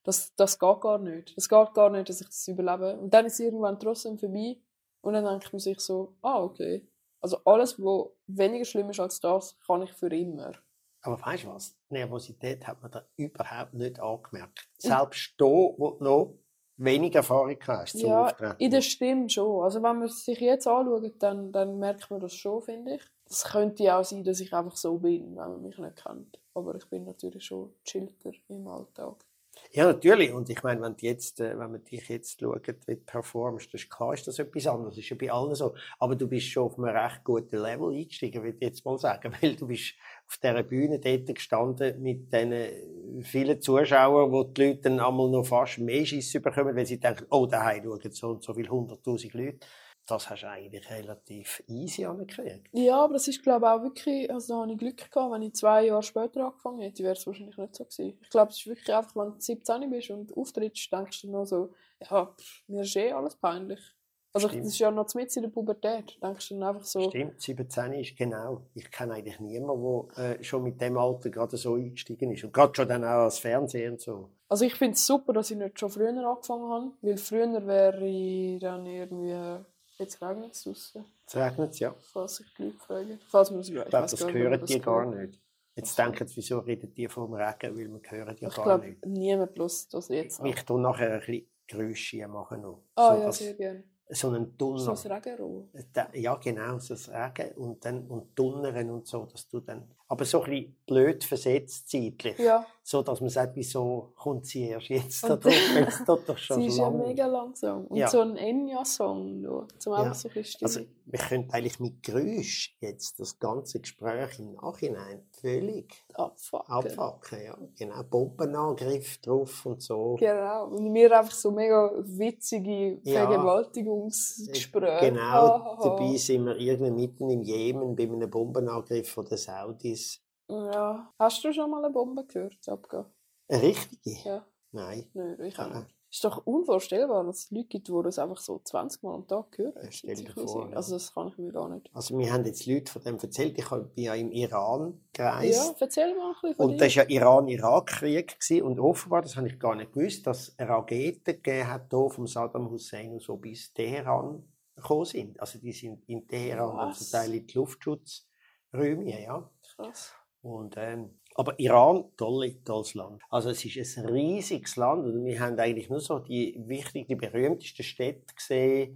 Das geht gar nicht. Das geht gar nicht, dass ich das überlebe. Und dann ist es irgendwann trotzdem vorbei. Und dann denke ich mir sich so, okay. Also alles, was weniger schlimm ist als das, kann ich für immer. Aber weißt du was? Nervosität hat man da überhaupt nicht angemerkt. Selbst da, wo du noch wenig Erfahrung hast zum Ja, Auftreten. in der Stimme schon. Also wenn man es sich jetzt anschaut, dann merkt man das schon, finde ich. Es könnte auch sein, dass ich einfach so bin, wenn man mich nicht kennt. Aber ich bin natürlich schon chillter im Alltag. Ja, natürlich. Und ich meine, wenn man dich jetzt schaut, wie du performst, das ist klar, ist das etwas anderes. Das ist ja bei allen so. Aber du bist schon auf einem recht guten Level eingestiegen, würde ich jetzt mal sagen. Weil du bist auf dieser Bühne dort gestanden mit diesen vielen Zuschauern, wo die Leute dann einmal noch fast mehr Schiss bekommen, weil sie denken, oh, daheim schauen so und so viele 100'000 Leute. Das hast du eigentlich relativ easy angekriegt. Ja, aber das ist, glaube ich, auch wirklich, also da habe ich Glück gehabt, wenn ich 2 Jahre später angefangen hätte, wäre es wahrscheinlich nicht so gewesen. Ich glaube, es ist wirklich einfach, wenn du 17 bist und auftrittst, denkst du noch so, ja, mir ist alles peinlich. Also das ist ja noch mitten in der Pubertät, denkst du dann einfach so. Stimmt, 17 ist genau. Ich kenne eigentlich niemanden, der schon mit dem Alter gerade so eingestiegen ist. Und gerade schon dann auch als Fernseher und so. Also ich finde es super, dass ich nicht schon früher angefangen habe, weil früher wäre ich dann irgendwie... Jetzt regnet es draussen. Jetzt regnet es, ja. Falls ich die Leute frage. Falls man Ich glaube, das hören die gar nicht. Jetzt Okay. denken sie, wieso reden die vom Regen, weil wir hören ja Ich gar glaube, nicht. niemand lässt das jetzt an. Ich tue nachher ein bisschen Geräusche machen noch. Ah So, ja, dass- sehr gerne. So einen So Donner. ein Regenrohr. Ja, genau, so das Regen und Donnern und so, dass du dann... Aber so ein bisschen blöd versetzt zeitlich. Ja. So, dass man sagt, wieso kommt sie erst jetzt da Und- drauf? Es tut doch schon Sie ist ja lange. mega langsam. Und Ja. so ein Enya-Song, zum Ja. einfach so ein bisschen Also, Stimme. wir könnten eigentlich mit Geräusch jetzt das ganze Gespräch im Nachhinein völlig abfacken. Ja. Genau, Bombenangriff drauf und so. Genau. Und wir einfach so mega witzige Ja. Vergewaltigungsgespräche. Genau, dabei sind wir irgendwie mitten im Jemen bei einem Bombenangriff von den Saudis. Ja. Hast du schon mal eine Bombe gehört, abgehen? Eine richtige? Ja. Nein. Nein, ich auch Ah. nicht. Es ist doch unvorstellbar, dass es Leute gibt, die das einfach so 20 Mal am Tag hören. Ja, stell dir vor, Sicher. ja. Also das kann ich mir gar nicht. Also wir haben jetzt Leute von dem erzählt. Ich bin ja im Iran Ja, gereist. erzähl mal ein bisschen von Und das war ja Iran-Irak-Krieg gewesen. Und offenbar, das habe ich gar nicht gewusst, dass es Raketen gegeben hat hier vom Saddam Hussein, die so bis Teheran gekommen sind. Also die sind in Teheran dann zum Was? Teil in die Luftschutzräume, ja. Krass. Und, aber Iran, tolles Land. Also es ist ein riesiges Land und wir haben eigentlich nur so die berühmtesten Städte gesehen.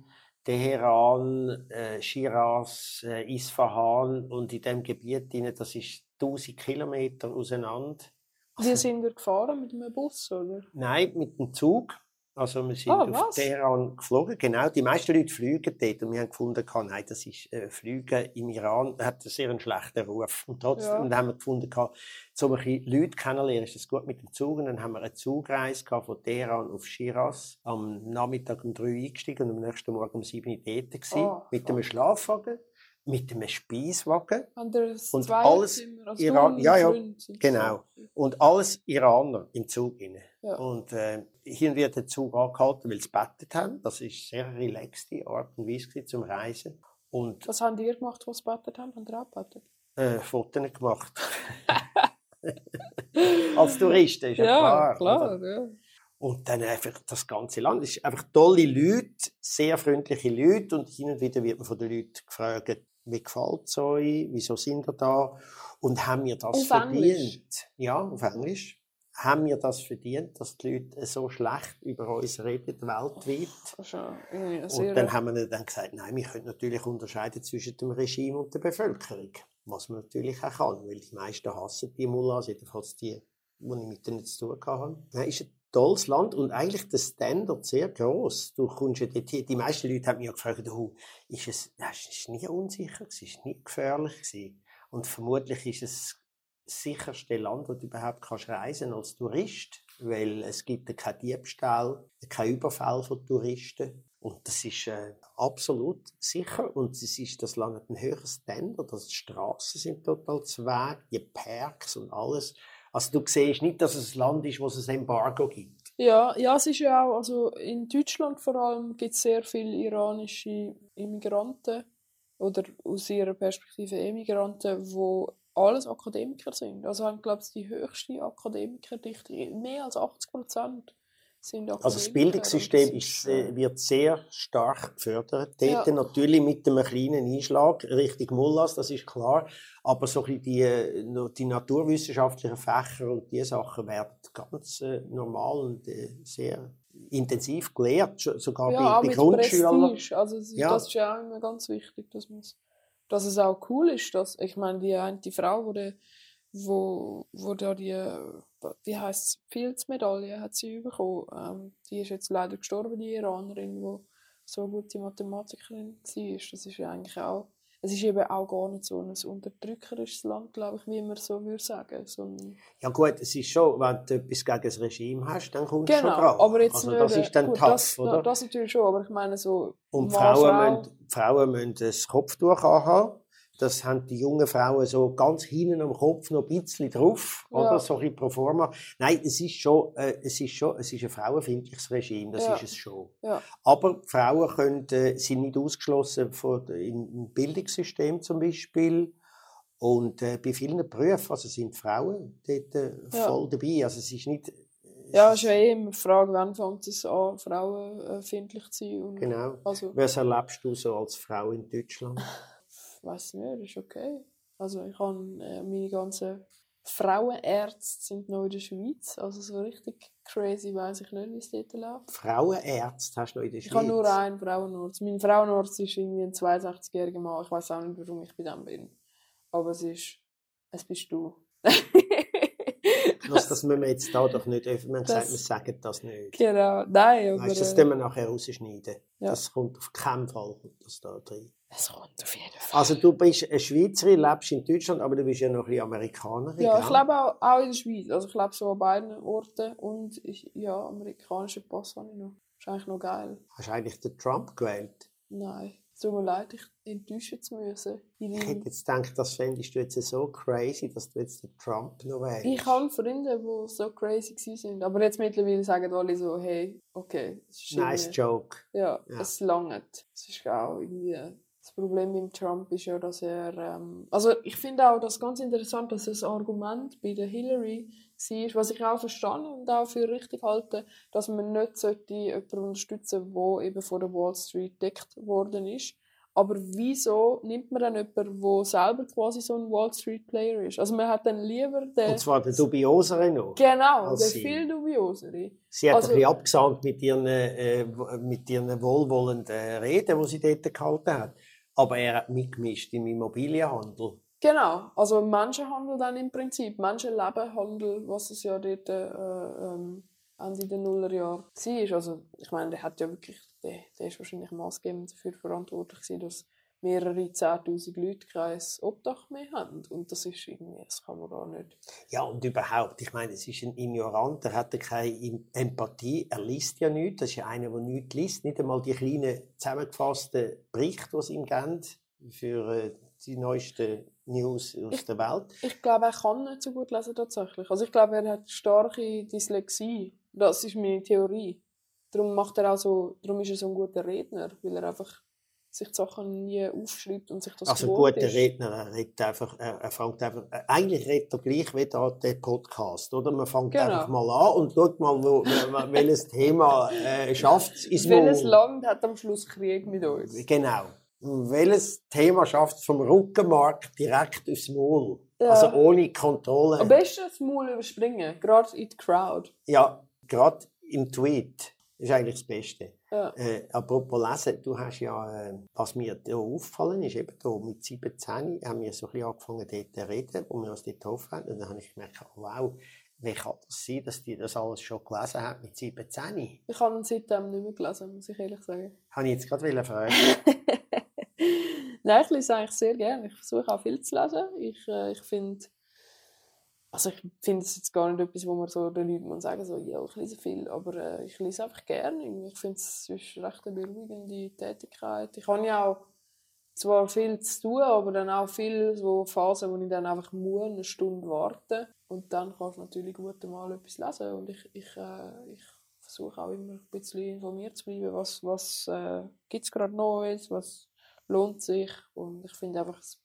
Teheran, Shiraz, Isfahan und in dem Gebiet, das ist 1000 Kilometer auseinander. Wie sind wir gefahren? Mit einem Bus, oder? Nein, mit dem Zug. Also wir sind Ah, auf was? Teheran geflogen. Genau, die meisten Leute fliegen dort. Und wir haben gefunden, nein, das ist Fliegen im Iran hat einen sehr schlechten Ruf. Und trotzdem haben wir gefunden, so ein bisschen Leute kennenlernen, ist das gut mit dem Zug. Und dann haben wir eine Zugreise von Teheran auf Shiraz. Am Nachmittag um 3 eingestiegen und am nächsten Morgen um 7 dort gewesen. Oh, mit einem Schlafwagen, mit einem Speiswagen. Haben wir ein Und Zweierzimmer? Also Iran- du und ja, dein ja, Freund sind genau. so. Und alles Iraner im Zug rein. Ja. Und hier wird der Zug angehalten, weil sie gebettet haben. Das war eine sehr relaxte Art und Weise zum Reisen. Und Was haben die gemacht, was sie gebetet haben? Haben die auch gebetet? Fotos gemacht. Als Tourist, ist ja klar. klar. Oder? Ja. Und dann einfach das ganze Land. Es ist einfach tolle Leute, sehr freundliche Leute. Und hin und wieder wird man von den Leuten gefragt, wie gefällt es euch? Wieso sind ihr da? Und haben wir das Auf verdient? Englisch? Ja, auf Englisch. Haben wir das verdient, dass die Leute so schlecht über uns reden, weltweit? Das ist ja irgendwie sehr... Und dann haben wir dann gesagt, nein, wir können natürlich unterscheiden zwischen dem Regime und der Bevölkerung. Was man natürlich auch kann, weil die meisten hassen die Mullahs, jedenfalls die mit denen zu tun hatte. Nein, ist ein tolles Land und eigentlich der Standard sehr gross. Du kommst ja dort hier, die meisten Leute haben mich ja gefragt, ist es nie unsicher gewesen, ist es nie gefährlich gewesen? Und vermutlich ist es das sicherste Land, wo du überhaupt kannst reisen als Tourist, weil es gibt keinen Diebstahl, keinen Überfall von Touristen. Und das ist absolut sicher. Und das Land hat einen höheren Standard. Also die Straßen sind total zu Weg, die Parks und alles. Also du siehst nicht, dass es ein Land ist, wo es ein Embargo gibt. Ja, es ist ja auch, also in Deutschland vor allem gibt es sehr viele iranische Immigranten oder aus ihrer Perspektive Emigranten, die alles Akademiker sind. Also haben, glaube ich, die höchste Akademikerdichte. Mehr als 80% sind Akademiker. Also das Bildungssystem wird sehr stark gefördert. Dort natürlich mit einem kleinen Einschlag Richtung Mullahs, das ist klar. Aber so ein bisschen die naturwissenschaftlichen Fächer und diese Sachen werden ganz normal und sehr intensiv gelehrt, sogar bei Grundschülern. Prestige. Also das ist ja auch immer ganz wichtig, dass es auch cool ist, dass, ich meine, die Frau, wo da wie heisst es, Fields-Medaille hat sie bekommen. Die ist jetzt leider gestorben, die Iranerin, die so eine gute Mathematikerin war. Das ist ja eigentlich auch, es ist eben auch gar nicht so ein unterdrückerisches Land, glaube ich, wie man so würde sagen. Ja gut, es ist schon, wenn du etwas gegen das Regime hast, dann kommst du schon dran. Genau, aber jetzt also nicht, das ist dann gut, tough, oder? Das natürlich schon, aber ich meine so... Und Frauen müssen das Kopftuch anhaben. Das haben die jungen Frauen so ganz hinten am Kopf noch ein bisschen drauf, oder? So ein pro forma. Nein, es ist ein frauenfeindliches Regime, das ist es schon. Ja. Aber Frauen sind nicht ausgeschlossen im Bildungssystem zum Beispiel. Und bei vielen Berufen sind Frauen dort voll dabei. Also es ist nicht... Ja, es ist ja immer die Frage, wann fängt es an, frauenfeindlich zu sein. Und genau. Also, was erlebst du so als Frau in Deutschland? Ich weiss nicht, das ist okay. Also ich habe meine ganzen Frauenärzte sind noch in der Schweiz. Also so richtig crazy weiss ich nicht, wie es dort läuft. Frauenärzte hast du noch in der Schweiz? Ich habe nur einen Frauenarzt. Mein Frauenarzt ist irgendwie ein 62-jähriger Mann. Ich weiss auch nicht, warum ich bei dem bin. Aber es bist du. Das müssen wir jetzt da doch nicht öffnen. Wir haben gesagt, wir sagen das nicht. Genau, nein. Aber, das können wir nachher rausschneiden. Ja. Das kommt auf keinen Fall da drin. Es kommt auf jeden Fall. Also du bist eine Schweizerin, lebst in Deutschland, aber du bist ja noch ein bisschen Amerikanerin. Ja, ich lebe auch in der Schweiz. Also ich lebe so an beiden Orten. Und amerikanischen Pass habe ich noch. Das ist eigentlich noch geil. Hast du eigentlich den Trump gewählt? Nein. Es tut mir leid, dich enttäuschen zu müssen. Ich hätte jetzt gedacht, das fändest du jetzt so crazy, dass du jetzt den Trump noch wählst. Ich habe Freunde, die so crazy waren. Aber jetzt mittlerweile sagen alle so, hey, okay. Nice joke. Ja, es langt. Es ist auch irgendwie... Das Problem mit Trump ist ja, dass er... Also ich finde auch das ganz interessant, dass das Argument bei der Hillary war, was ich auch verstanden und auch für richtig halte, dass man nicht jemanden unterstützen sollte, der eben von der Wall Street gedeckt worden ist. Aber wieso nimmt man dann jemanden, der selber quasi so ein Wall Street Player ist? Also man hat dann lieber den... Und zwar den dubioseren noch. Genau, den viel dubioseren. Sie hat ein bisschen abgesandt mit ihren wohlwollenden Reden, die sie dort gehalten hat. Aber er hat mitgemischt im Immobilienhandel. Genau, also Menschenhandel dann im Prinzip. Menschenlebenhandel, was es ja dort Ende der Nullerjahre war. Also ich meine, der hat ja wirklich, der ist wahrscheinlich maßgebend dafür verantwortlich gewesen, dass mehrere 10'000 Leute kein Obdach mehr haben. Und das ist irgendwie, das kann man gar nicht. Ja, und überhaupt, ich meine, es ist ein Ignorant, er hat keine Empathie, er liest ja nichts, das ist ja einer, der nichts liest, nicht einmal die kleinen zusammengefassten Berichte, die sie ihm geben, für die neuesten News aus der Welt. Ich glaube, er kann nicht so gut lesen tatsächlich. Also ich glaube, er hat starke Dyslexie. Das ist meine Theorie. Darum ist er so ein guter Redner, weil er einfach sich die Sachen nie aufschreibt und sich das also ein guter Redner, er fängt einfach, eigentlich redet er gleich wie da der Podcast, oder? Man fängt einfach mal an und schaut mal, welches Thema schafft es ins Maul. Welches Land hat am Schluss Krieg mit uns? Genau. Welches Thema schafft es vom Rückenmark direkt aufs Maul? Ja. Also ohne Kontrolle. Am besten das Maul überspringen, gerade in die Crowd. Ja, gerade im Tweet. Das ist eigentlich das Beste. Ja. Apropos Lesen, du hast ja, was mir da aufgefallen ist, eben da mit 17 haben wir so ein bisschen angefangen dort zu reden, wo wir uns dort getroffen haben. Und dann habe ich gemerkt, wow, wie kann das sein, dass die das alles schon gelesen hat mit 17? Ich habe ihn seitdem nicht mehr gelesen, muss ich ehrlich sagen. Habe ich jetzt gerade fragen. Nein, ich lese eigentlich sehr gerne. Ich versuche auch viel zu lesen. Ich finde es jetzt gar nicht etwas, wo man so den Leuten sagen so, ja, ich lese viel, aber ich lese einfach gerne. Ich finde es ist recht eine beruhigende Tätigkeit. Ich habe ja auch zwar viel zu tun, aber dann auch viele so Phasen, wo ich dann einfach eine Stunde warten und dann kannst du natürlich gut mal etwas lesen und ich versuche auch immer ein bisschen informiert zu bleiben, was gibt es gerade Neues, was lohnt sich und ich finde einfach,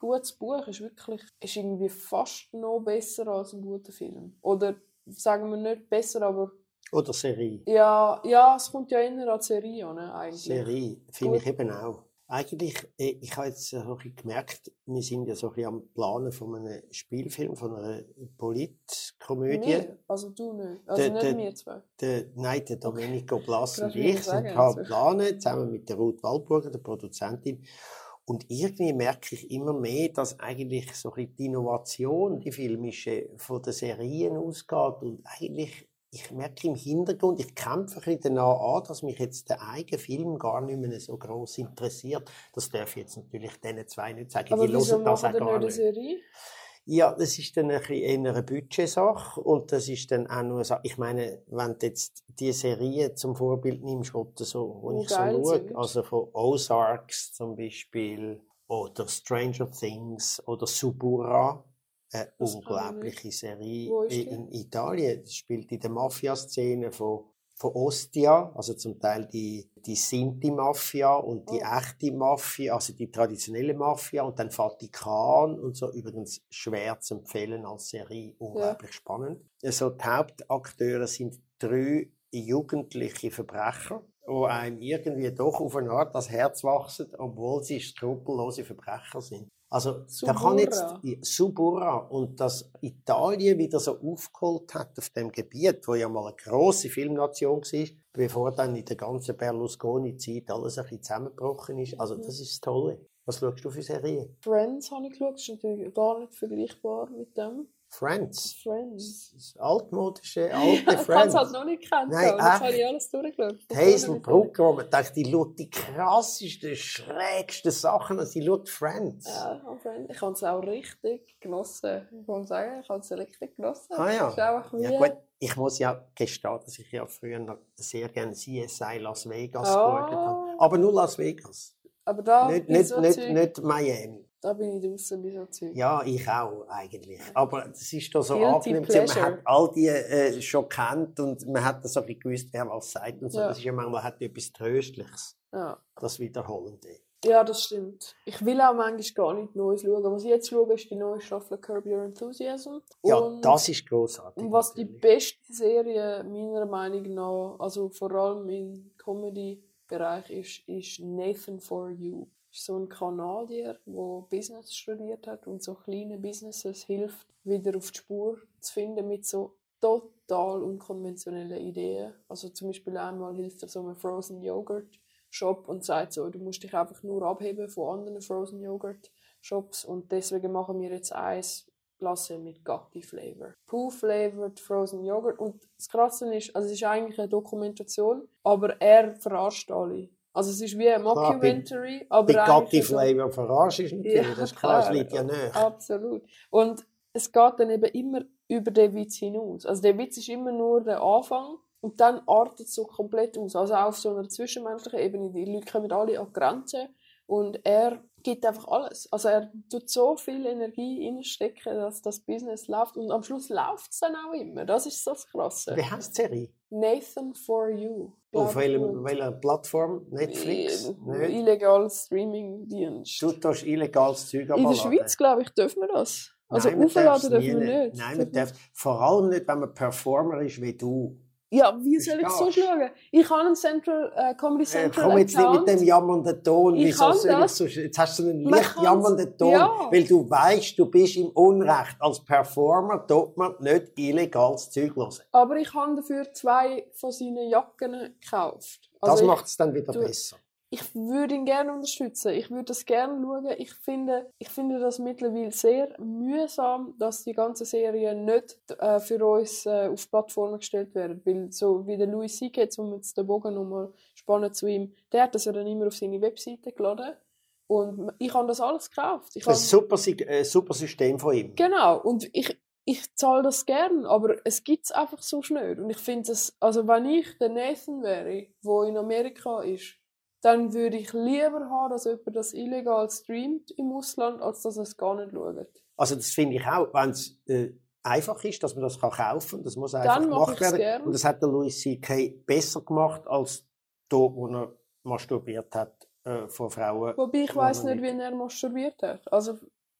gutes Buch ist irgendwie fast noch besser als ein guter Film. Oder sagen wir nicht besser, aber... Oder Serie. Ja, es kommt ja eher an die Serie, ne, eigentlich. Serie, finde ich eben auch. Eigentlich, ich habe jetzt so ein bisschen gemerkt, wir sind ja so ein bisschen am Planen von einem Spielfilm, von einer Politkomödie. Wir? Also du nicht? Also nicht wir zwei? Nein, der Domenico Blas und Kannst du mir ich sagen, sind also? planen, zusammen mit der Ruth Waldburger, der Produzentin. Und irgendwie merke ich immer mehr, dass eigentlich so ein bisschen die Innovation, die filmische, von den Serien ausgeht. Und eigentlich, ich merke im Hintergrund, ich kämpfe ein bisschen danach an, dass mich jetzt der eigene Film gar nicht mehr so gross interessiert. Das darf ich jetzt natürlich diesen zwei nicht sagen. Aber Die wieso hören das machen auch die gar nicht eine nicht. Serie? Ja, das ist dann ein bisschen eher eine Budgetsache und das ist dann auch nur so, ich meine, wenn du jetzt die Serie zum Vorbild nimmst, oder so, wo ich so geil schaue, sind. also von Ozarks zum Beispiel oder Stranger Things oder Suburra, eine Das kann ich unglaubliche Serie Wo ist die? in Italien. Das spielt in der Mafia-Szene von Ostia, also zum Teil die Sinti-Mafia und die echte Mafia, also die traditionelle Mafia und dann Vatikan und so. Übrigens schwer zu empfehlen als Serie, unglaublich spannend. Also die Hauptakteure sind 3 jugendliche Verbrecher, die einem irgendwie doch auf eine Art das Herz wachsen, obwohl sie skrupellose Verbrecher sind. Also, da kann jetzt Suburra und dass Italien wieder so aufgeholt hat auf dem Gebiet, wo ja mal eine grosse Filmnation war, bevor dann in der ganzen Berlusconi-Zeit alles ein bisschen zusammengebrochen ist. Also, das ist das Tolle. Was schaust du für Serien? Friends habe ich geschaut, das ist natürlich gar nicht vergleichbar mit dem. Friends. Friends. Das altmodische, alte Ich habe Friends. es halt noch nicht gekannt, Nein, und jetzt habe ich alles durchgeschaut. Hazel Brugger, wo man denkt, die schaut die krassesten, schrägsten Sachen an. Sie schaut Friends. Ja, Friends. Ich habe es auch richtig genossen. Ich muss sagen, ich habe es richtig genossen. Ah ja. Das ist einfach wie... Ja gut, ich muss ja gestehen, dass ich ja früher noch sehr gerne CSI Las Vegas Ah. geschaut habe. Aber nur Las Vegas. Aber da Nicht Miami. Da bin ich draussen bei so Zeug. Ja, ich auch eigentlich. Aber das ist doch so Guilty angenehm. pleasure. Man hat all die schon kennt und man hat so ein bisschen gewusst, wer was sagt und so. Ja. Das ist ja manchmal hat etwas Tröstliches, Ja. das Wiederholende. Ja, das stimmt. Ich will auch manchmal gar nicht Neues schauen. Was ich jetzt schaue, ist die neue Staffel Curb Your Enthusiasm. Ja, Und das ist grossartig. Und was die natürlich. beste Serie meiner Meinung nach, also vor allem im Comedy-Bereich ist Nathan For You. Das ist so ein Kanadier, der Business studiert hat und so kleine Businesses hilft, wieder auf die Spur zu finden mit so total unkonventionellen Ideen. Also zum Beispiel einmal hilft er so einem Frozen Yogurt Shop und sagt so, du musst dich einfach nur abheben von anderen Frozen Yogurt Shops und deswegen machen wir jetzt eins Klasse mit Gatti Flavor. Pooh Flavored Frozen Yogurt. Und das Krasse ist, also es ist eigentlich eine Dokumentation, aber er verarscht alle. Also es ist wie ein Mockumentary, aber bei Gatti so, Flavor verarscht ist natürlich, Ja, das ist klar, es klar. liegt ja nicht. Absolut. Und es geht dann eben immer über den Witz hinaus. Also der Witz ist immer nur der Anfang und dann artet es so komplett aus. Also auch auf so einer zwischenmenschlichen Ebene. Die Leute kommen alle an die Grenzen und er gibt einfach alles. Also er tut so viel Energie reinstecken, dass das Business läuft und am Schluss läuft es dann auch immer. Das ist so das Krasse. Wie heisst die Serie? Nathan For You. Auf Glaub ich gut. welcher Plattform? Netflix? Nicht? Illegales Streaming-Dienst. Du tust illegales Zeug In der abladen. Schweiz, glaube ich, dürfen wir das. Also Nein, man aufladen darf's dürfen nie wir nicht. Nein, man darf vor allem nicht, wenn man Performer ist wie du. Ja, wie soll ich so Verstehst? schauen? Ich habe einen Comedy Central Komm jetzt nicht Account. mit dem jammernden Ton. Ich Wieso kann soll ich das. so, jetzt hast du einen Man leicht kann's. jammernden Ton, Ja. weil du weißt, du bist im Unrecht. Als Performer tut man nicht illegales Zeug hören. Aber ich habe dafür 2 von seinen Jacken gekauft. Das Also macht es dann wieder du- besser. ich würde ihn gerne unterstützen. Ich würde das gerne schauen. Ich finde das mittlerweile sehr mühsam, dass die ganzen Serien nicht für uns auf Plattformen gestellt werden. Weil so wie der Louis C.K., jetzt, um jetzt den Bogen nochmal spannen zu ihm, der hat das ja dann immer auf seine Webseite geladen. Und ich habe das alles gekauft. Ich Ein habe super System von ihm. Genau, und ich zahle das gern, aber es gibt es einfach so schnell. Und ich finde es, also wenn ich der Nathan wäre, der in Amerika ist, dann würde ich lieber haben, dass jemand das illegal streamt im Ausland, als dass er es gar nicht schaut. Also das finde ich auch, wenn es einfach ist, dass man das kaufen kann, das muss einfach Dann mache gemacht ich's werden. gern. Und das hat der Louis C.K. besser gemacht, als dort, wo er masturbiert hat vor Frauen. Wobei ich wo weiss man nicht, wie er masturbiert hat. Also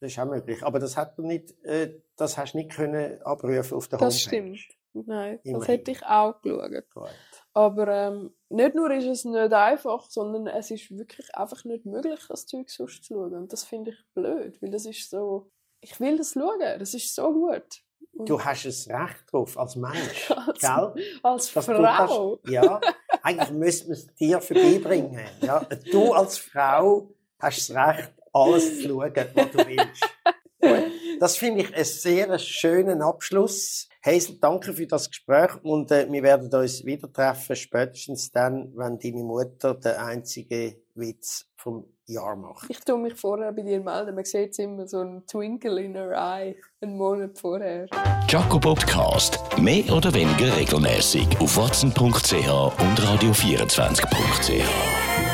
Das ist auch möglich. Aber das hast du nicht können abrufen auf der Das Homepage. stimmt. Nein, das Immerhin. hätte ich auch geschaut. Gut. Aber nicht nur ist es nicht einfach, sondern es ist wirklich einfach nicht möglich, das Zeug sonst zu schauen. Und das finde ich blöd, weil das ist so... Ich will das schauen, das ist so gut. Und Du hast ein Recht drauf, als Mensch. Als- Gell? als Dass Frau... ja, eigentlich müsste man es dir vorbeibringen. Ja? Du als Frau hast das Recht, alles zu schauen, was du willst. Gut. Das finde ich einen sehr schönen Abschluss. Hazel, danke für das Gespräch und wir werden uns wieder treffen, spätestens dann, wenn deine Mutter den einzigen Witz vom Jahr macht. Ich tue mich vorher bei dir melden. Man sieht immer so einen Twinkle in her eye, einen Monat vorher. Jaco Podcast. Mehr oder weniger regelmäßig auf watson.ch und radio24.ch.